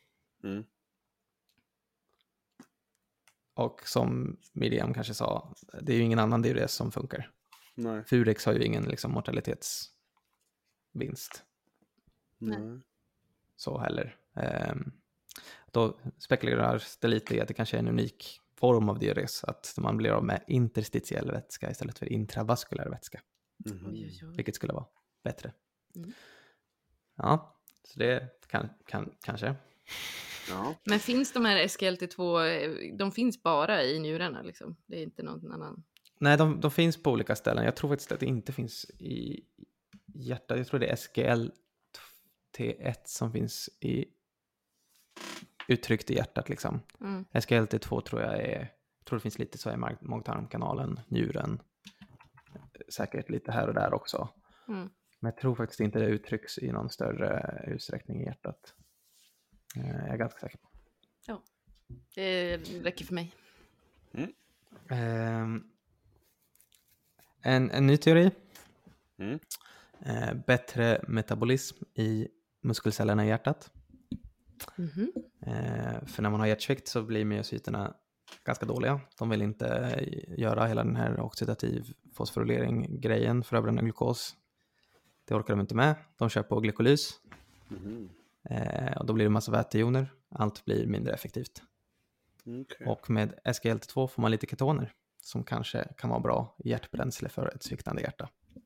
Och som Miriam kanske sa, det är ju ingen annan diures som funkar. Nej. Furex har ju ingen liksom mortalitetsvinst. Nej. Så heller. Då spekuleras det lite i att det kanske är en unik form av diures, att man blir av med interstitiell vätska istället för intravaskulär vätska. Vilket skulle vara bättre. Ja, så det kanske. Ja. Men finns de här SGLT2, de finns bara i njurarna liksom? Det är inte någon annan? Nej, de finns på olika ställen. Jag tror faktiskt att det inte finns i hjärtat. Jag tror det är SGLT1 som finns uttryckt i hjärtat liksom. SGLT2 tror jag tror det finns lite så i mag-tarmkanalen, njuren. Säkert lite här och där också. Men jag tror faktiskt inte det uttrycks i någon större utsträckning i hjärtat. Jag är ganska säker på. Ja, det räcker för mig. En ny teori. Bättre metabolism i muskelcellerna i hjärtat. För när man har hjärtsvikt så blir myocyterna ganska dåliga. De vill inte göra hela den här oxidativ fosforylering-grejen för att bränna glukos. Det orkar de inte med. De kör på glykolys. Och då blir det en massa vätejoner. Allt blir mindre effektivt. Och med SGLT2 får man lite ketoner som kanske kan vara bra hjärtbränsle för ett sviktande hjärta.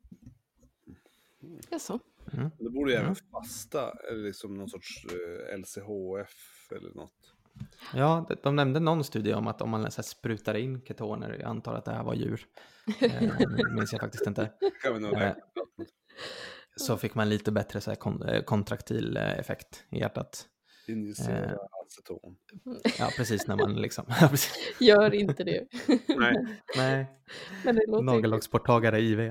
Jaså? Det borde ju även fasta, eller liksom någon sorts LCHF eller något. Ja, de nämnde någon studie om att om man så här sprutar in ketoner, jag antar att det här var djur, minns jag faktiskt inte, Kan vi nog räkna. så fick man lite bättre så här kontraktil effekt i hjärtat. Injicera aceton. Ja, precis när man liksom... Gör inte det. Nej. Men det låter Nagellacksporttagare IV.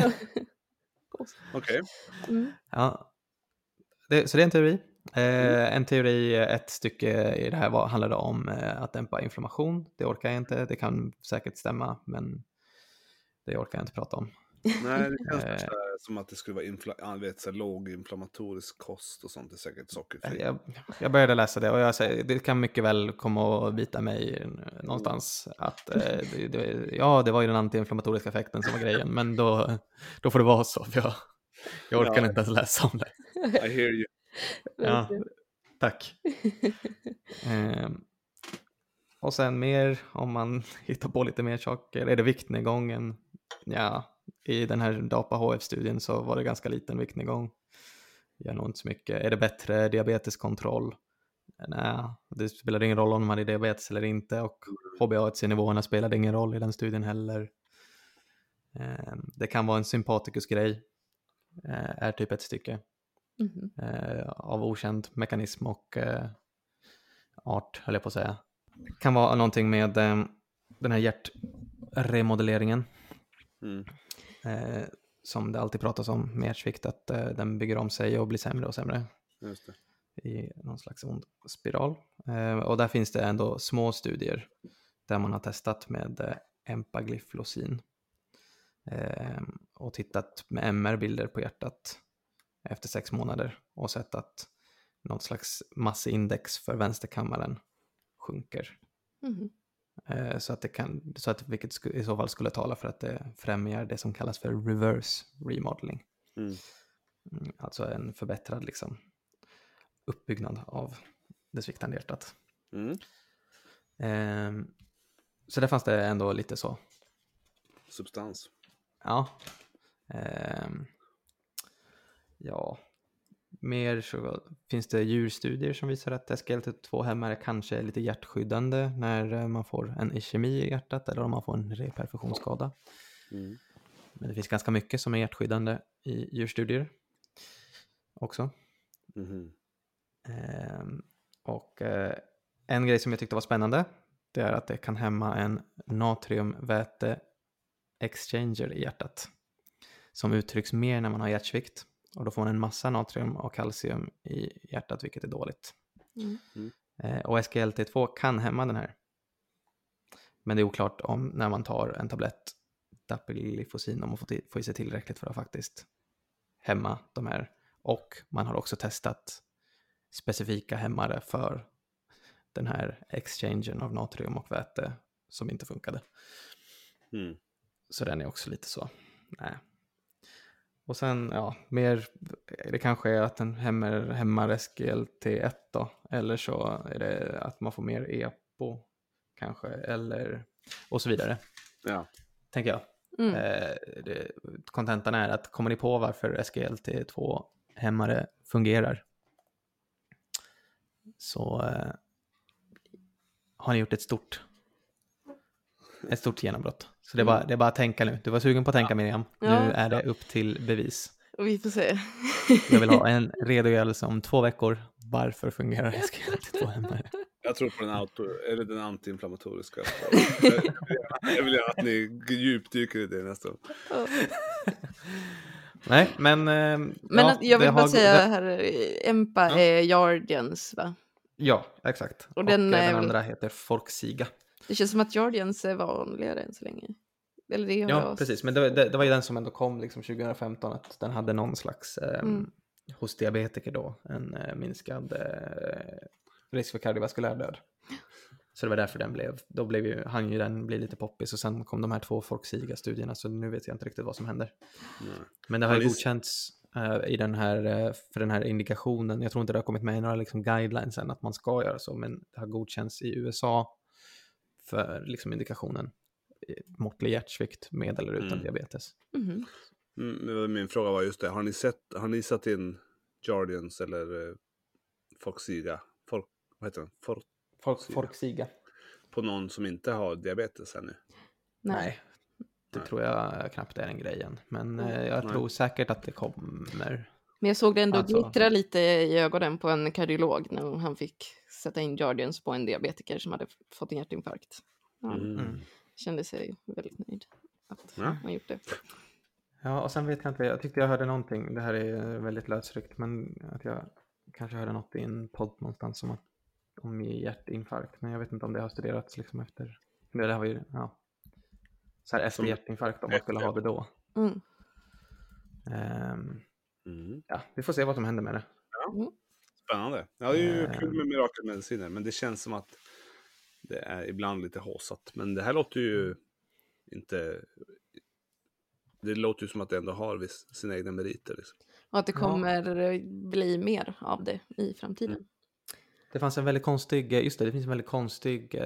Okej. Ja, så det är en teori. En teori, ett stycke i det här handlade om att dämpa inflammation. Det orkar jag inte, det kan säkert stämma, men det orkar jag inte prata om. Nej, det känns som att det skulle vara låg inflammatorisk kost och sånt. Det är säkert sockerfri. Jag började läsa det och jag säger, det kan mycket väl komma och bita mig någonstans. Att, det var ju den antiinflammatoriska effekten som var grejen, men då får det vara så. För jag orkar inte ens läsa om det. I hear you. Ja, tack. Och sen mer, om man hittar på lite mer saker, är det viktnedgången? Ja, i den här DAPA-HF-studien så var det ganska liten viktnedgång. Gör nog inte så mycket. Är det bättre diabeteskontroll? Nej, det spelade ingen roll om de hade diabetes eller inte, och HbA1c-nivåerna spelade ingen roll i den studien heller. Det kan vara en sympaticus-grej. Är typ ett stycke. Mhm. Av okänd mekanism och art, höll jag på att säga. Det kan vara någonting med den här hjärtremodelleringen. Som det alltid pratas om med hjärtsvikt, att den bygger om sig och blir sämre och sämre. Just det. I någon slags ond spiral. Och där finns det ändå små studier där man har testat med empagliflosin. Och tittat med MR-bilder på hjärtat efter 6 månader och sett att något slags massindex för vänsterkammaren sjunker. Mhm. Så att vilket i så fall skulle tala för att det främjar det som kallas för reverse remodeling. Alltså en förbättrad liksom uppbyggnad av det sviktande hjärtat. Så där fanns det ändå lite så. Substans. Ja. Ja. Mer så finns det djurstudier som visar att SGLT2-hämmare kanske är lite hjärtskyddande när man får en ischemi i hjärtat eller om man får en reperfusionsskada. Men det finns ganska mycket som är hjärtskyddande i djurstudier också. Och en grej som jag tyckte var spännande, det är att det kan hämma en natriumväte-exchanger i hjärtat som uttrycks mer när man har hjärtsvikt. Och då får man en massa natrium och kalcium i hjärtat, vilket är dåligt. Och SGLT2 kan hämma den här. Men det är oklart om när man tar en tablett dapagliflosin om man får i sig tillräckligt för att faktiskt hämma de här. Och man har också testat specifika hämmare för den här exchangen av natrium och väte som inte funkade. Så den är också lite så. Nej. Och sen, ja, mer, det kanske är att den hämmar SGLT1 då. Eller så är det att man får mer EPO kanske, eller och så vidare. Ja. Tänker jag. Kontentan är att kommer ni på varför SGLT2-hämmare fungerar, så har ni gjort ett stort genombrott. Så det är bara att tänka nu. Du var sugen på att tänka, Miriam. Ja. Nu är det upp till bevis. Och vi får se. Jag vill ha en redogörelse om 2 veckor. Varför fungerar SGLT2-hämmare? Jag tror på den antiinflammatoriska. Jag vill gärna att ni djupdyker i det nästa gång. Nej, men Men jag vill bara säga här, Empa är Jardians, va? Ja, exakt. Och den andra heter Forxiga. Det känns som att Jardians är vanligare än så länge. Eller det har jag... precis. Men det var ju den som ändå kom liksom 2015, att den hade någon slags hos diabetiker då en minskad risk för kardiovaskulär död. Så det var därför han bli lite poppis, och sen kom de här 2 Forxiga-studierna, så nu vet jag inte riktigt vad som händer. Men det har ju godkänts i den här, för den här indikationen. Jag tror inte det har kommit med i några liksom guidelines än att man ska göra så, men det har godkänts i USA för liksom indikationen måttlig hjärtsvikt med eller utan diabetes. Min fråga var just det. Har ni satt in Jardians eller Forxiga? Vad heter den? Forxiga. På någon som inte har diabetes ännu? Nej. Det tror jag knappt är en grej än. Men jag tror säkert att det kommer. Men jag såg det ändå glittra lite i ögonen på en kardiolog när han fick sätta in Jardians på en diabetiker som hade fått en hjärtinfarkt. Kände sig väldigt nöjd att man gjort det. Ja, och sen vet jag inte, jag tyckte jag hörde någonting, det här är väldigt lösryckt, men att jag kanske hörde något i en podd någonstans om hjärtinfarkt, men jag vet inte om det har studerats liksom efter, det här var ju, så här efter hjärtinfarkt, om man skulle ha det då. Ja, vi får se vad som händer med det. Spännande. Ja, det är ju kul med mirakelmediciner, men det känns som att det är ibland lite håsat. Men det här låter ju inte... Det låter ju som att det ändå har sina egna meriter. Liksom. Och att det kommer bli mer av det i framtiden. Det fanns en väldigt konstig... Just det finns en väldigt konstig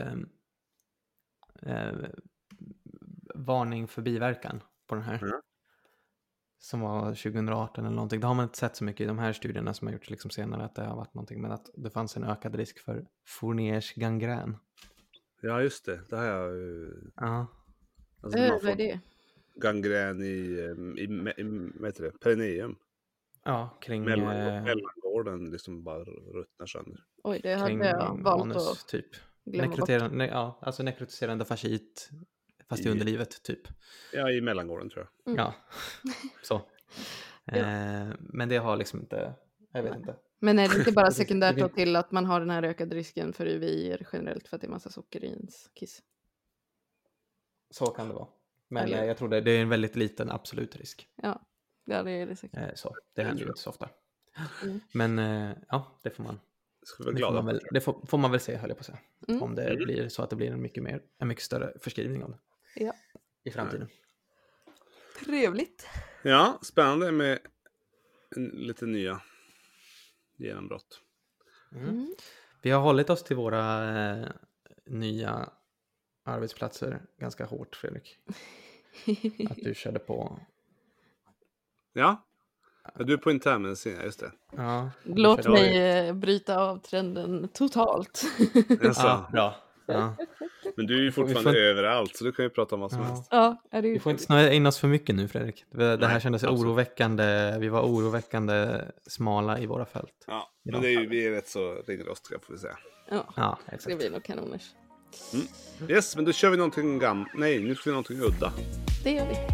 varning för biverkan på den här. Som var 2018 eller någonting. Det har man inte sett så mycket i de här studierna som har gjorts liksom senare, att det har varit någonting, men att det fanns en ökad risk för Fourniers gangrän. Ja, just det. Det har jag... Vad är det? gangrän i vad heter det? Perineum. Ja, kring, Mellangården liksom bara ruttnar sönder. Oj, det kring hade jag valt anus, att typ. glömma bort. Alltså nekrotiserande fasciit fast i I- underlivet, typ. Ja, i mellangården tror jag. Ja, så. Men det har liksom inte, jag vet inte. Men är det inte bara Det finns- sekundärt det då finns- till att man har den här ökade risken för UVI generellt för att det är massa socker i ens kiss? Så kan det vara. Men Eller- jag tror det är en väldigt liten absolut risk. Ja, det är det säkert. Så, det händer ju inte så ofta. Mm. Men ja, det får man. Ska vi vara Det får glada man för. väl, det får man väl se, höll jag på att säga. Mm. Om det blir så att det blir en mycket större förskrivning av det. Ja. I framtiden. Trevligt. Ja, spännande med lite nya genombrott. Mm. Vi har hållit oss till våra nya arbetsplatser ganska hårt, Fredrik. Att du körde på. Ja, du är på internmedicin, just det. Ja, Låt körde- mig bryta av trenden totalt. Alltså, Ja, bra. Ja. men du är ju Vi får fortfarande överallt, så du kan ju prata om vad som Ja. helst. Ja, är det Vi ju får inte snöa in oss för mycket nu, Fredrik. Det här Nej, kändes absolut. oroväckande. Vi var oroväckande smala i våra fält. Ja, Ja. men det är ju, vi är rätt så ringrostiga får vi säga. Ja, Ja, det exakt. blir nog kanoners. Yes, men då kör vi någonting Nej, nu ska vi någonting udda. Det gör vi.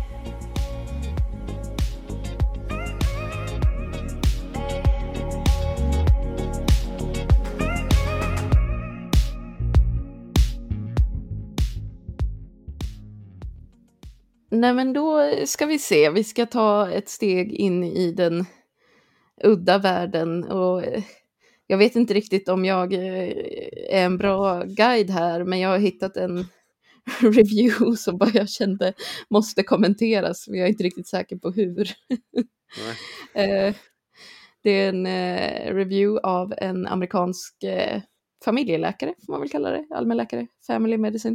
Nej, men då ska vi se. Vi ska ta ett steg in i den udda världen. Och jag vet inte riktigt om jag är en bra guide här, men jag har hittat en review som bara jag kände måste kommenteras. Men jag är inte riktigt säker på hur. Nej. Det är en review av en amerikansk familjeläkare, får man väl kalla det, allmänläkare, family medicine,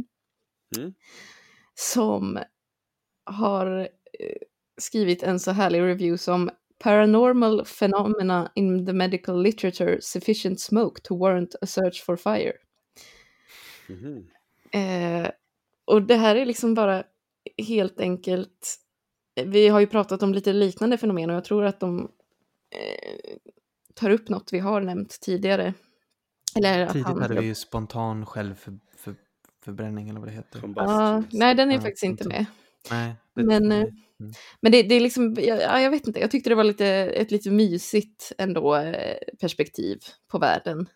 som har skrivit en så härlig review som Paranormal phenomena in the medical literature, sufficient smoke to warrant a search for fire. Mhm. Och det här är liksom bara helt enkelt, vi har ju pratat om lite liknande fenomen och jag tror att de tar upp något vi har nämnt tidigare. Eller att Tidigt hade vi ju spontan självförbränning eller vad det heter. nej, den är Ja, faktiskt inte inte. med. Nej, Men det är liksom, jag vet inte, jag tyckte det var ett lite mysigt ändå perspektiv på världen.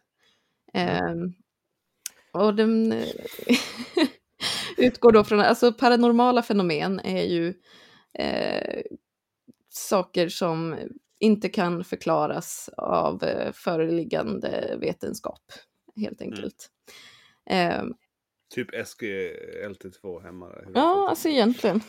Och den utgår då från, alltså paranormala fenomen är ju saker som inte kan förklaras av föreliggande vetenskap, helt enkelt. Typ SGLT2 hemma. Ja, alltså egentligen.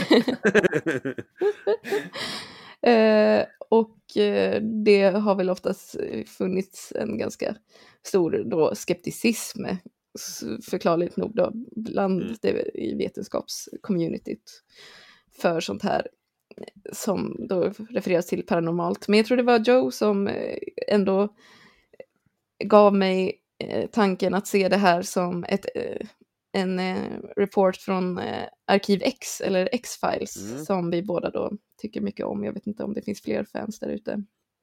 Och det har väl oftast funnits en ganska stor då skepticism, förklarligt nog då, bland det i vetenskapscommunityt för sånt här som då refereras till paranormalt. Men jag tror det var Joe som ändå gav mig tanken att se det här som en report från Arkiv X eller X-Files som vi båda då tycker mycket om. Jag vet inte om det finns fler fans där ute.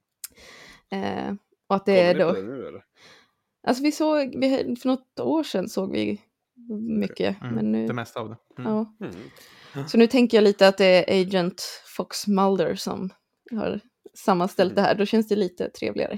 Och att det är då... Det nu, eller? Alltså för något år sedan såg vi mycket. Men nu, det mesta av det. Ja. Så nu tänker jag lite att det är Agent Fox Mulder som har sammanställt det här. Då känns det lite trevligare.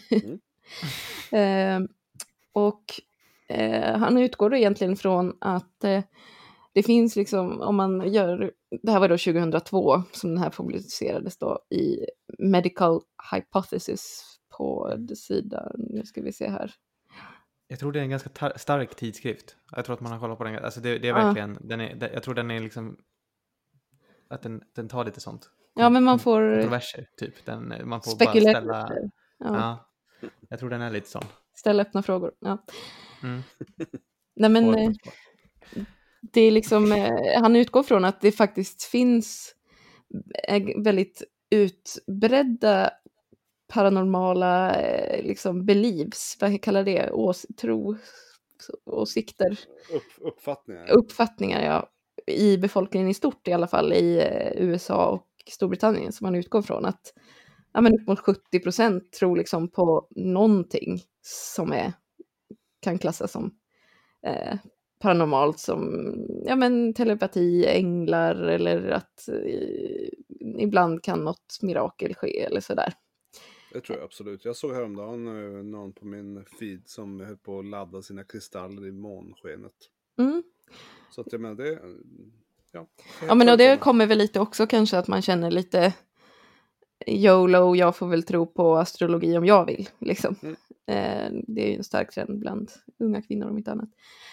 Och han utgår då egentligen från att det finns liksom, om man gör, det här var då 2002 som den här publicerades då i Medical Hypothesis på sidan, nu ska vi se här. Jag tror det är en ganska stark tidskrift. Jag tror att man har kollat på den. Alltså det är verkligen, jag tror den är liksom, att den tar lite sånt. Ja, men man får kontroverser, typ. Man får spekulera. bara ställa... Ja. Jag tror den är lite sån. Ställa öppna frågor, ja. Nej, men det är liksom, han utgår från att det faktiskt finns väldigt utbredda paranormala liksom beliefs, vad kallar det, åsikter. Uppfattningar, ja. i befolkningen i stort i alla fall i USA och Storbritannien som man utgår från att upp mot 70% tror liksom på någonting som kan klassas som paranormalt, som telepati, änglar eller att ibland kan något mirakel ske eller sådär. Det tror jag absolut. Jag såg häromdagen någon på min feed som höll på att ladda sina kristaller i månskenet. Mm. Så att jag menar det... Ja, men och det kommer väl lite också kanske att man känner lite YOLO, jag får väl tro på astrologi om jag vill. Liksom. Det är ju en stark trend bland unga kvinnor om inte annat.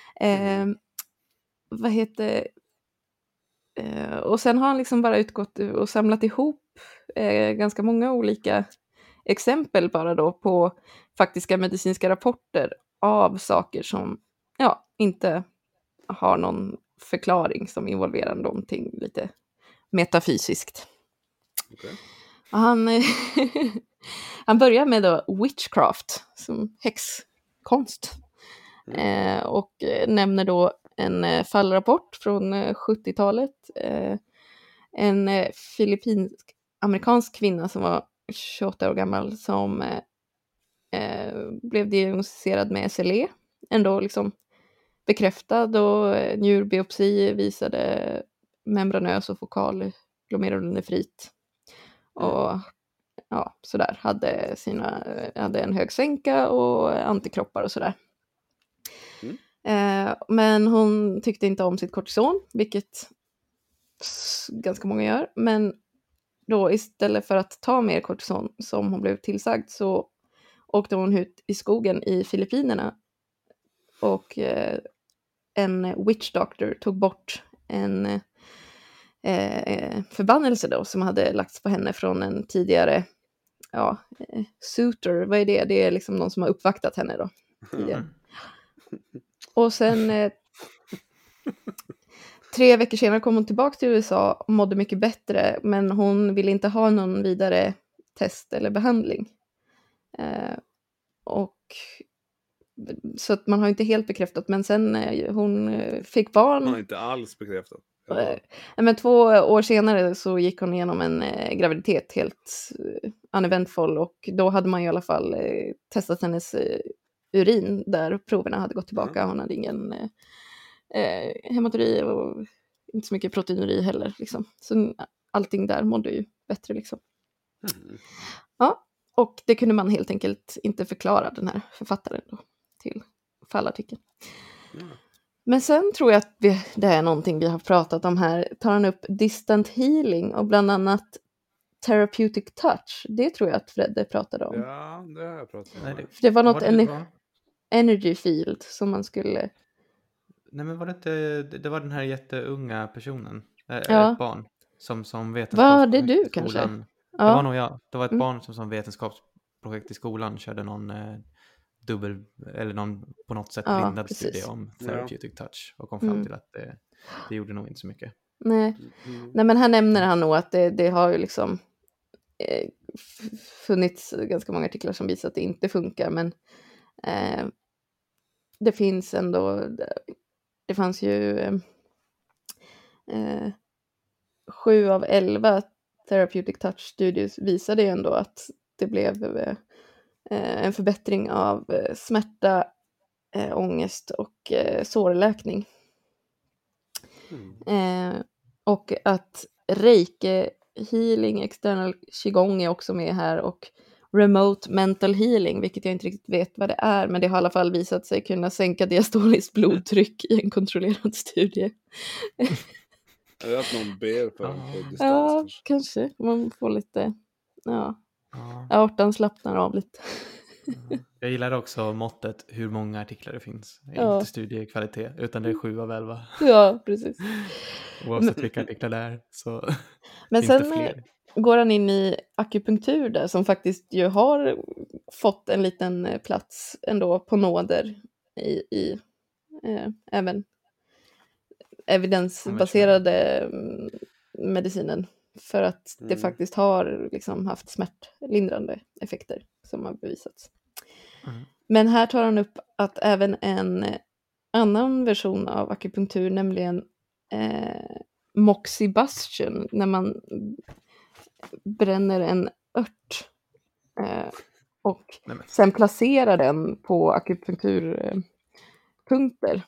Och sen har han liksom bara utgått och samlat ihop ganska många olika exempel bara då på faktiska medicinska rapporter av saker som inte har någon förklaring som involverar någonting lite metafysiskt. Okay. Han börjar med då witchcraft som häxkonst och nämner då en fallrapport från 70-talet. En filippinsk-amerikansk kvinna som var 28 år gammal som blev diagnostiserad med SLE. Ändå liksom bekräftad, och njurbiopsi visade membranös och fokal glomerulonefrit. Och sådär, hade en hög sänka och antikroppar och sådär. Men hon tyckte inte om sitt kortison, vilket ganska många gör. Men då istället för att ta mer kortison som hon blev tillsagd så åkte hon ut i skogen i Filippinerna och en witch doctor tog bort en förbannelse då som hade lagts på henne från en tidigare suitor. Vad är det? Det är liksom någon som har uppvaktat henne då tidigare. Och sen 3 veckor senare kom hon tillbaka till USA och mådde mycket bättre, men hon ville inte ha någon vidare test eller behandling. Och så att man har inte helt bekräftat, men sen hon fick barn. Man har inte alls bekräftat. Men 2 år senare så gick hon igenom en graviditet helt uneventful, och då hade man i alla fall testat hennes urin där proverna hade gått tillbaka. Hon hade ingen hematuri och inte så mycket proteinuri heller. Liksom. Så allting där mådde ju bättre. Liksom. Ja, och det kunde man helt enkelt inte förklara den här författaren då, till fallartikeln. Men sen tror jag att det är någonting vi har pratat om här. Tar han upp distant healing och bland annat therapeutic touch. Det tror jag att Fredde pratade om. Ja, det har jag pratat om. Det var något energy field som man skulle... Nej, men var det inte... Det var den här jätteunga personen. Ett barn som vetenskapsprojekt var det du i skolan. kanske? Det var nog jag. Det var ett barn som vetenskapsprojekt i skolan körde någon eller någon på något sätt blindad studie om therapeutic touch och kom fram till att det gjorde nog inte så mycket. Nej, men här nämner han nog att det har ju liksom funnits ganska många artiklar som visar att det inte funkar, men det finns ändå, det fanns ju 7 av 11 therapeutic touch studies visade ju ändå att det blev en förbättring av smärta, ångest och sårläkning. Och att reiki healing, external qigong är också med här, och remote mental healing, vilket jag inte riktigt vet vad det är, men det har i alla fall visat sig kunna sänka diastoliskt blodtryck i en kontrollerad studie. Är det att någon ber på distans? Ja, kanske. Man får lite, aortan slappnar av lite. Jag gillar också måttet hur många artiklar det finns. Inte studiekvalitet, utan det är 7 av 11. Ja, precis. Oavsett vilka artiklar det är så men finns sen det fler. Går han in i akupunktur där, som faktiskt ju har fått en liten plats ändå på nåder i även evidensbaserade medicinen, för att det faktiskt har liksom haft smärtlindrande effekter som har bevisats. Men här tar han upp att även en annan version av akupunktur, nämligen moxibustion, när man bränner en ört och sen placerar den på akupunkturpunkter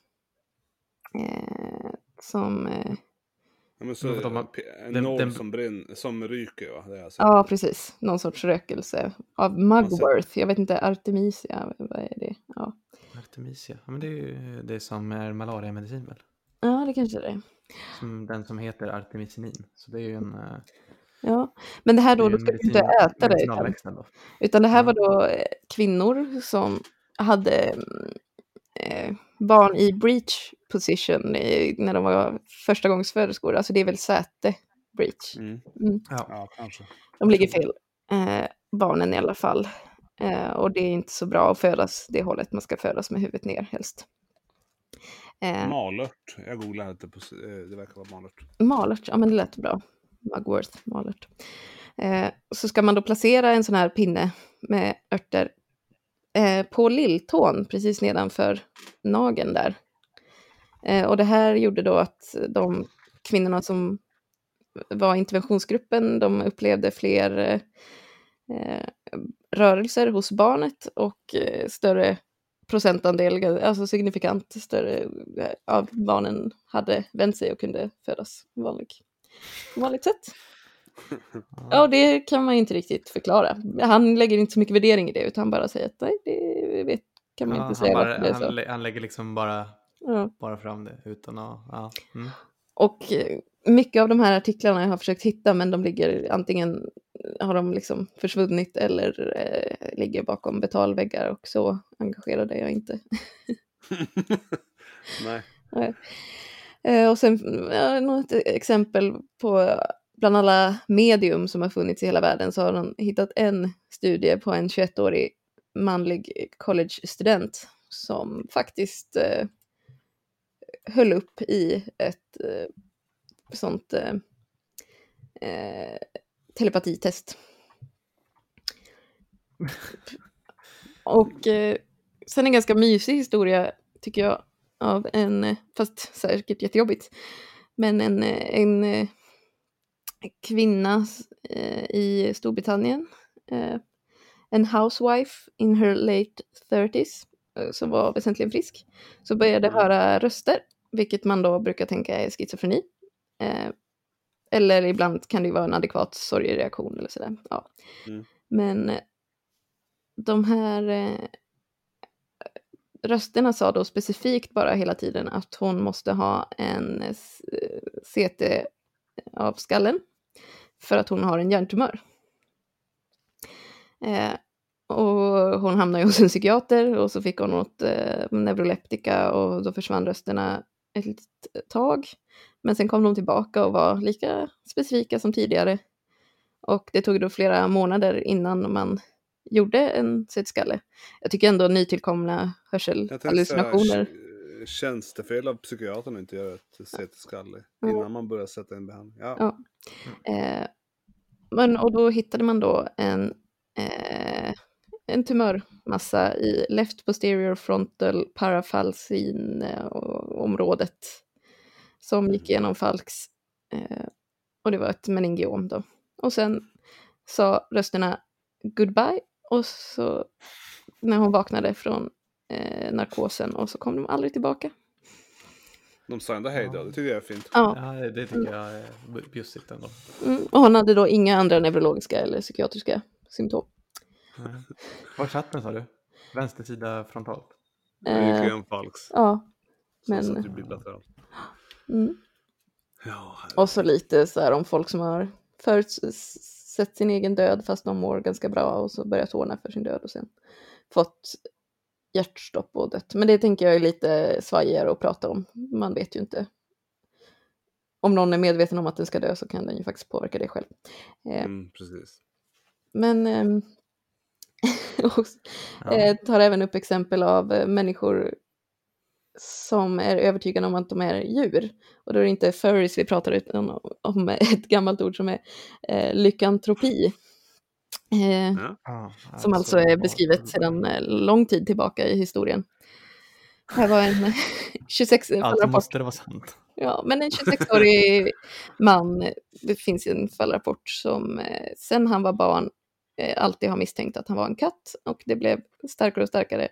som... men så en nål som ryker, va? Det är alltså. Ja, precis. Någon sorts rökelse av mugwort. Jag vet inte, Artemisia, vad är det? Ja. Artemisia, men det är ju det som är malariamedicin väl? Ja, det kanske det är. Som den som heter artemisinin. Så det är ju en... Ja, men det här då ska du inte äta det. Utan det här var då kvinnor som hade barn i breech position när de var första gångs födelskor. Alltså det är väl säte breech. Ja, kanske. De ligger fel. Barnen i alla fall. Och det är inte så bra att födas det hållet. Man ska födas med huvudet ner helst. Malört. Jag googlade inte på... Det verkar vara malört. Malört, ja men det lät bra. Mugwort, malört. Så ska man då placera en sån här pinne med örter på lilltån precis nedanför nageln där. Och det här gjorde då att de kvinnorna som var i interventionsgruppen, de upplevde fler rörelser hos barnet och större procentandel, alltså signifikant större av barnen hade vänt sig och kunde födas vanligt sätt. Ja, det kan man inte riktigt förklara. Han lägger inte så mycket värdering i det, utan han bara säger att nej, det kan man inte säga. Han lägger liksom bara fram det utan att... Ja. Mm. Och mycket av de här artiklarna jag har försökt hitta, men de ligger antingen har de liksom försvunnit eller ligger bakom betalväggar, och så engagerade jag inte. Nej. Och sen något exempel på bland alla medium som har funnits i hela världen, så har de hittat en studie på en 21-årig manlig college-student som faktiskt höll upp i ett sånt telepatitest. Och sen en ganska mysig historia tycker jag av en, fast säkert jättejobbigt, men en kvinna i Storbritannien, en housewife in her late 30s, som var väsentligen frisk, så började höra röster, vilket man då brukar tänka är schizofreni. Eller ibland kan det ju vara en adekvat sorgereaktion eller sådär. Ja. Men de här rösterna sa då specifikt bara hela tiden att hon måste ha en CT av skallen för att hon har en hjärntumör. Och hon hamnade hos en psykiater, och så fick hon något neuroleptika, och då försvann rösterna ett litet tag. Men sen kom de tillbaka och var lika specifika som tidigare. Och det tog då flera månader innan man gjorde en CT-skalle. Jag tycker ändå nytillkomna hörselhallucinationer. Känns det fel av psykiatern att inte göra ett CT-skalle innan man börjar sätta in behandling? Ja. Och då hittade man då en tumörmassa i left posterior frontal parafalcin området som gick igenom falx, och det var ett meningiom då. Och sen sa rösterna goodbye, och så när hon vaknade från narkosen, och så kom de aldrig tillbaka. De sa ändå hej då, det tycker jag är fint. Ja, det tycker jag är bjussigt ändå. Och hon hade då inga andra neurologiska eller psykiatriska symptom. Var satt den, sa du? Vänstersida frontalt? Det gick ju en falx. Ja. Men... Så att du blir bilateralt. Ja, och så lite så här om folk som har förutsett sin egen död fast de mår ganska bra, och så börjat ordna för sin död och sen fått hjärtstopp och dött. Men det tänker jag är lite svajigare att prata om. Man vet ju inte. Om någon är medveten om att den ska dö, så kan den ju faktiskt påverka det själv. Precis. Men tar även upp exempel av människor som är övertygade om att de är djur. Och då är det inte furries vi pratar om ett gammalt ord som är lykantropi. Som alltså är beskrivet sedan lång tid tillbaka i historien. Här var en 26... Alltså måste det vara sant. Ja, men en 26-årig man, det finns en fallrapport som sen han var barn alltid har misstänkt att han var en katt, och det blev starkare och starkare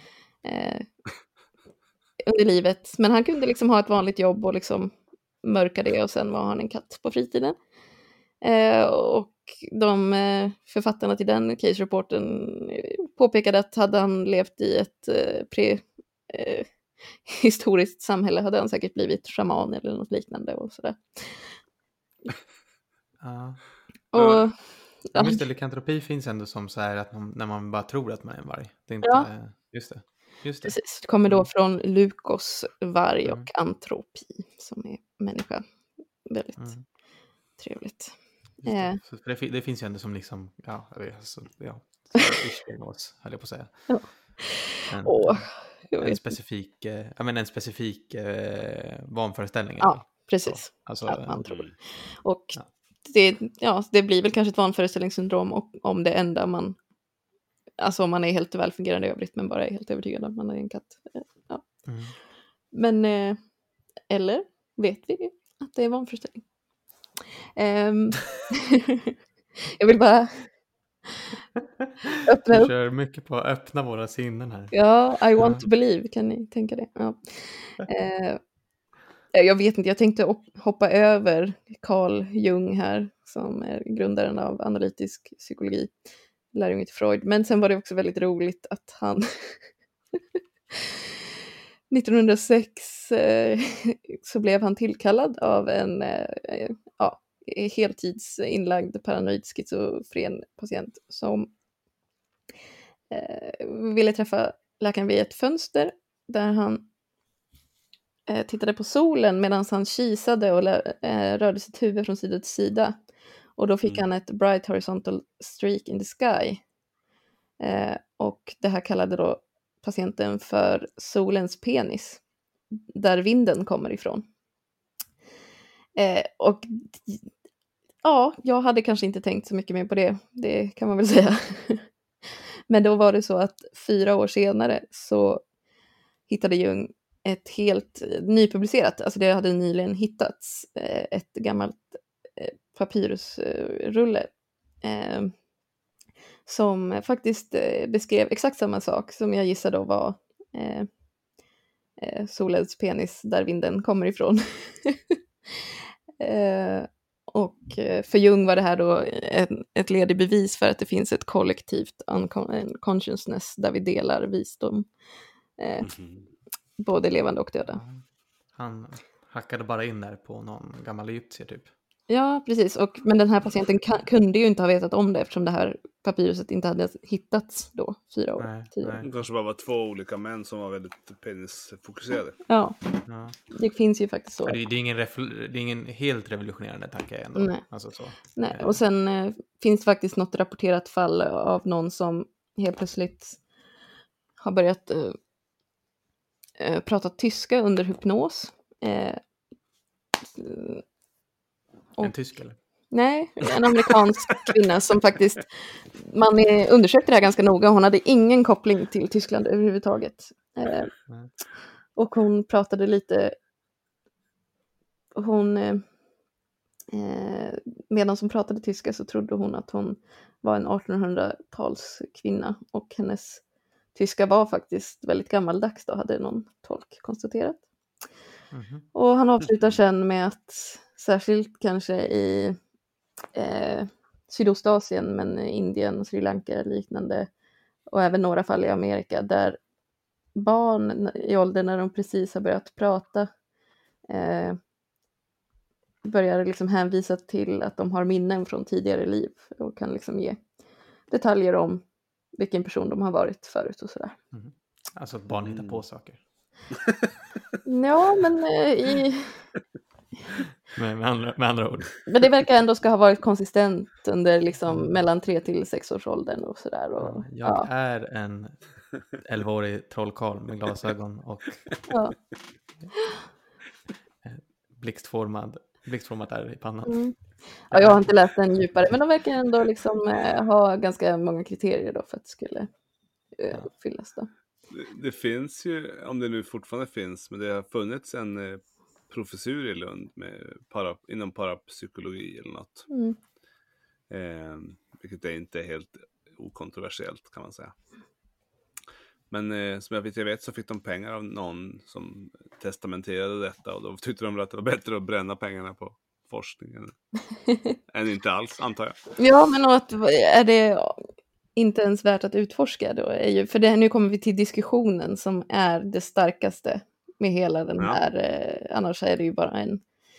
under livet. Men han kunde liksom ha ett vanligt jobb och liksom mörka det, och sen var han en katt på fritiden. Och de författarna till den case-reporten påpekade att hade han levt i ett historiskt samhälle hade han säkert blivit shaman eller något liknande och sådär. Ja. Och Ja, just det, lykantropi finns ändå som så här att när man bara tror att man är en varg. Det är inte, Ja. Just det. Precis, det kommer då från Lukos, varg, och antropi som är människa. Väldigt trevligt. För det finns ju ändå som liksom, diagnos, höll jag på att säga. Ja. En specifik vanföreställning. Ja, precis. Alltså, att man tror. Och det blir väl kanske ett vanföreställningssyndrom om det enda man, alltså om man är helt välfungerande i övrigt men bara är helt övertygad om att man är en katt. Ja. Men eller vet vi att det är vanföreställning? Jag vill bara öppna upp. Du kör mycket på att öppna våra sinnen här. Ja, I want to believe, kan ni tänka det? Ja. Jag vet inte, jag tänkte hoppa över Carl Jung här, som är grundaren av analytisk psykologi, lärjunge till Freud. Men sen var det också väldigt roligt att han 1906 så blev han tillkallad av en heltidsinlagd paranoid schizofren patient som ville träffa läkaren vid ett fönster där han tittade på solen medan han kisade och rörde sitt huvud från sida till sida. Och då fick han ett bright horizontal streak in the sky. Och det här kallade då patienten för solens penis, där vinden kommer ifrån. Och ja, jag hade kanske inte tänkt så mycket mer på det kan man väl säga. Men då var det så att 4 år senare så hittade Jung ett helt nypublicerat, alltså det hade nyligen hittats ett gammalt papyrusrulle som faktiskt beskrev exakt samma sak som jag gissar då var solens penis där vinden kommer ifrån. Och för Jung var det här då ett led i bevis för att det finns ett kollektivt consciousness där vi delar visdom. Både levande och döda. Han hackade bara in där på någon gammal egyptier typ. Ja, precis. Men den här patienten kunde ju inte ha vetat om det eftersom det här papyruset inte hade hittats då 4 år tidigare. Det kanske bara var 2 olika män som var väldigt penisfokuserade. Ja, det finns ju faktiskt så. Det är ingen helt revolutionerande tanke ändå. Nej. Alltså så. Nej. Och sen finns det faktiskt något rapporterat fall av någon som helt plötsligt har börjat prata tyska under hypnos. En tysk eller? Nej, en amerikansk kvinna som faktiskt, man undersökte det här ganska noga, hon hade ingen koppling till Tyskland överhuvudtaget. Och hon pratade lite, medan hon pratade tyska så trodde hon att hon var en 1800-tals kvinna, och hennes tyska var faktiskt väldigt gammaldags då, hade någon tolk konstaterat. Och han avslutar sen med att särskilt kanske i Sydostasien, men Indien, Sri Lanka liknande, och även några fall i Amerika där barn i åldern när de precis har börjat prata börjar liksom hänvisa till att de har minnen från tidigare liv och kan liksom ge detaljer om vilken person de har varit förut och sådär. Alltså att barn hittar på saker. Ja, men med andra ord. Men det verkar ändå ska ha varit konsistent under liksom mellan 3 till 6 års åldern och sådär. Och, jag är en 11-årig trollkarl med glasögon och blixtformat där i pannan. Ja, jag har inte läst den djupare, men de verkar ändå liksom ha ganska många kriterier då för att det skulle uppfyllas då. Det finns ju, om det nu fortfarande finns, men det har funnits en professur i Lund med inom parapsykologi eller något. Vilket är inte helt okontroversiellt kan man säga. Men som jag vet så fick de pengar av någon som testamenterade detta, och då tyckte de att det var bättre att bränna pengarna på forskningen än inte alls, antar jag. Ja, men att är det inte ens värt att utforska då? Är ju, för det, nu kommer vi till diskussionen som är det starkaste med hela den här, annars är det ju bara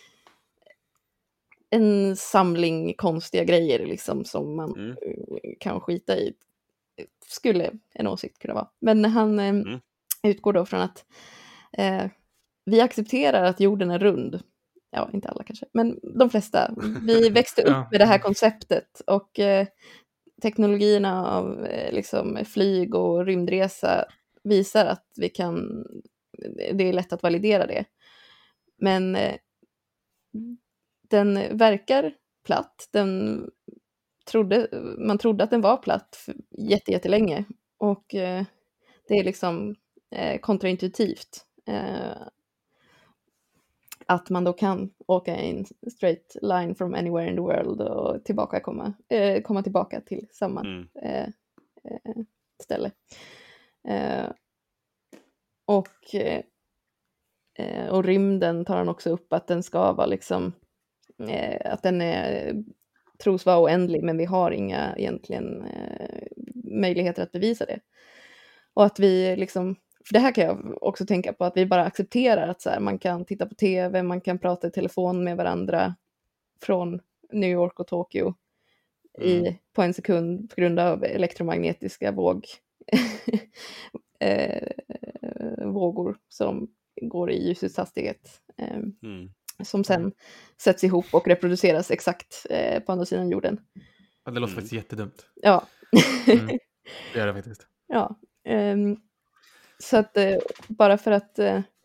en samling konstiga grejer liksom som man kan skita i. Skulle en åsikt kunna vara. Men han utgår då från att vi accepterar att jorden är rund. Ja, inte alla kanske, men de flesta. Vi växte upp med det här konceptet, och teknologierna av liksom flyg och rymdresa visar att det är lätt att validera det. Men den verkar platt. Man trodde att den var platt jättelänge, och det är liksom kontraintuitivt att man då kan åka in straight line from anywhere in the world och komma tillbaka till samma ställe. Och rymden tar han också upp, att den ska vara liksom att den tros vara oändlig, men vi har inga egentligen möjligheter att bevisa det. Och att vi liksom, för det här kan jag också tänka på, att vi bara accepterar att så här, man kan titta på tv, man kan prata i telefon med varandra från New York och Tokyo på en sekund på grund av elektromagnetiska vågor som går i ljusets hastighet. Som sen sätts ihop och reproduceras exakt på andra sidan jorden. Ja, det låter faktiskt jättedumt. Ja. Det är det faktiskt. Ja. Så att bara för att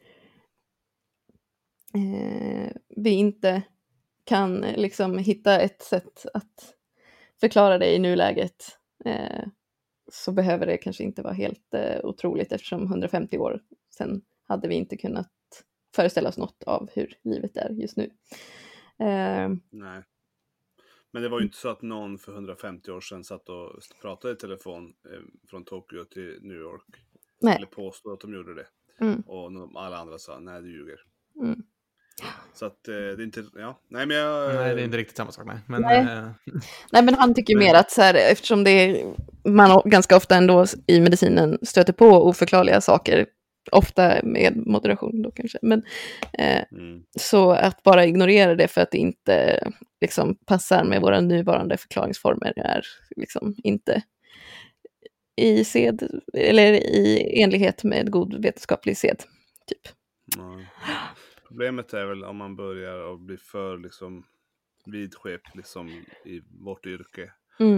vi inte kan liksom hitta ett sätt att förklara det i nuläget, så behöver det kanske inte vara helt otroligt, eftersom 150 år sedan hade vi inte kunnat föreställa oss något av hur livet är just nu. Nej. Men det var ju inte så att någon för 150 år sedan satt och pratade i telefon från Tokyo till New York. Nej. Eller påstod att de gjorde det. Och alla andra sa, nej, du ljuger. Så att det är inte, nej, men det är inte riktigt samma sak, nej. Men, nej, men han tycker mer att så här, eftersom man ganska ofta ändå i medicinen stöter på oförklarliga saker, ofta med moderation då kanske, men så att bara ignorera det för att det inte liksom passar med våra nuvarande förklaringsformer är liksom inte i sed, eller i enlighet med god vetenskaplig sed, typ. Problemet är väl om man börjar att bli för liksom vidskep liksom i vårt yrke.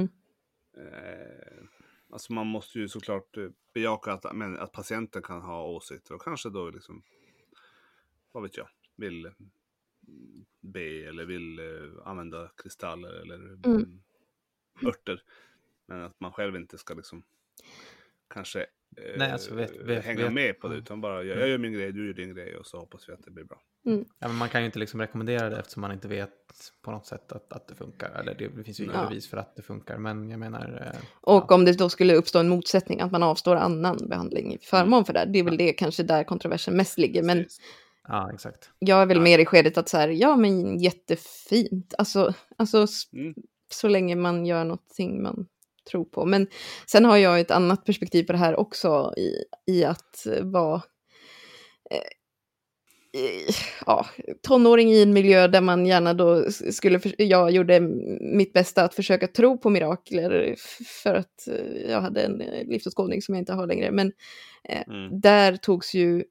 Alltså man måste ju såklart bejaka att patienten kan ha åsikter, och kanske då liksom, vad vet jag, vill be eller vill använda kristaller eller örter. Men att man själv inte ska liksom kanske hänga med på det, utan bara jag gör min grej, du gör din grej, och så hoppas vi att det blir bra. Ja, men man kan ju inte liksom rekommendera det eftersom man inte vet på något sätt att det funkar. Eller det finns ju inga bevis för att det funkar, men jag menar... Och om det då skulle uppstå en motsättning, att man avstår annan behandling i förmån för det är väl det kanske där kontroversen mest ligger. Men ja, exakt. Jag är väl mer i skedet att så här, ja men jättefint. Alltså så länge man gör någonting man tror på. Men sen har jag ett annat perspektiv på det här också, i att vara tonåring i en miljö där man gärna då jag gjorde mitt bästa att försöka tro på mirakler för att jag hade en livsåskådning som jag inte har längre. Men där togs ju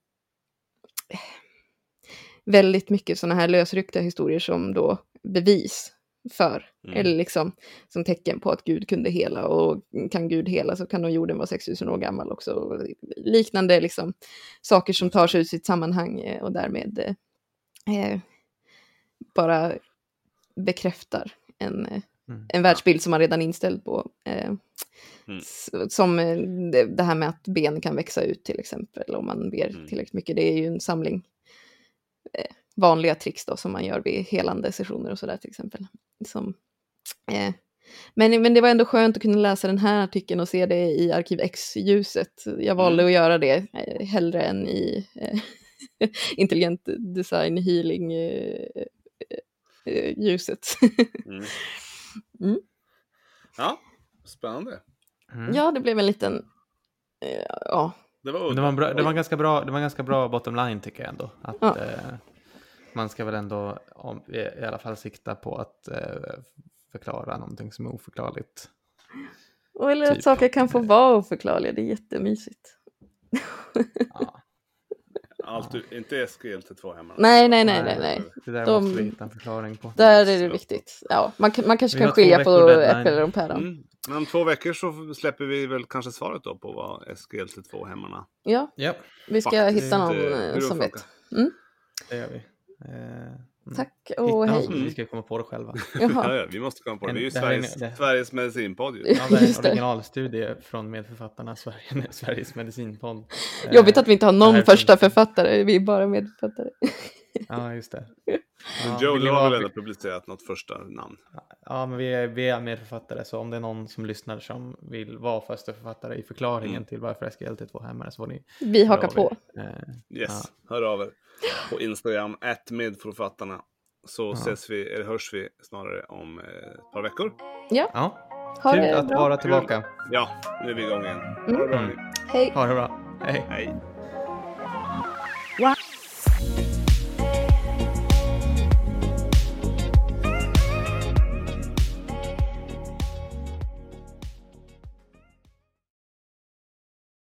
väldigt mycket sådana här lösryckta historier som då bevis för, eller liksom som tecken på att Gud kunde hela, och kan Gud hela så kan nog jorden vara 6000 år gammal också. Liknande liksom saker som tar sig ut sitt sammanhang och därmed bara bekräftar en världsbild som man redan är inställd på. Som det här med att ben kan växa ut till exempel om man ber tillräckligt mycket. Det är ju en samling vanliga tricks då som man gör vid helande sessioner och sådär till exempel. Men det var ändå skönt att kunna läsa den här artikeln och se det i Arkiv X-ljuset. Jag valde att göra det hellre än i intelligent design healing ljuset. Ja, spännande. Ja, det blev en liten Det var en ganska bra bottom line tycker jag ändå. Att man ska väl ändå i alla fall sikta på att förklara någonting som är oförklarligt. Eller att saker kan få vara oförklarliga, det är jättemysigt. Ja. Inte SQL-T2 hemma. Nej. Det där måste vi hitta en förklaring på. Där är det viktigt. Ja, man kanske kan skilja på äpplen och päron. Men om 2 veckor så släpper vi väl kanske svaret då på vad SQL-T2 hemmarna. Ja, vi ska hitta någon som vet. Det gör vi. Tack och hej. Vi ska komma på det själva. Ja, vi måste komma på det. Det är ju Sveriges medicinpodd. Ja, det är en originalstudie från medförfattarna Sveriges medicinpodd. Jobbigt att vi inte har någon första författare. Vi är bara medförfattare. Ja, just det. Joe har väl ändå publicerat något första namn. Ja, men vi är medförfattare. Så om det är någon som lyssnar som vill vara första författare i förklaringen till varför SQL-T2 hemmare så får ni... Vi hakar på. Hör av er på Instagram @medförfattarna. Så hörs vi snarare om ett par veckor. Ja. Kul att vara tillbaka. Ja, nu är vi igång igen. Ha det bra. Hej. Ha det bra. Hej. Hej.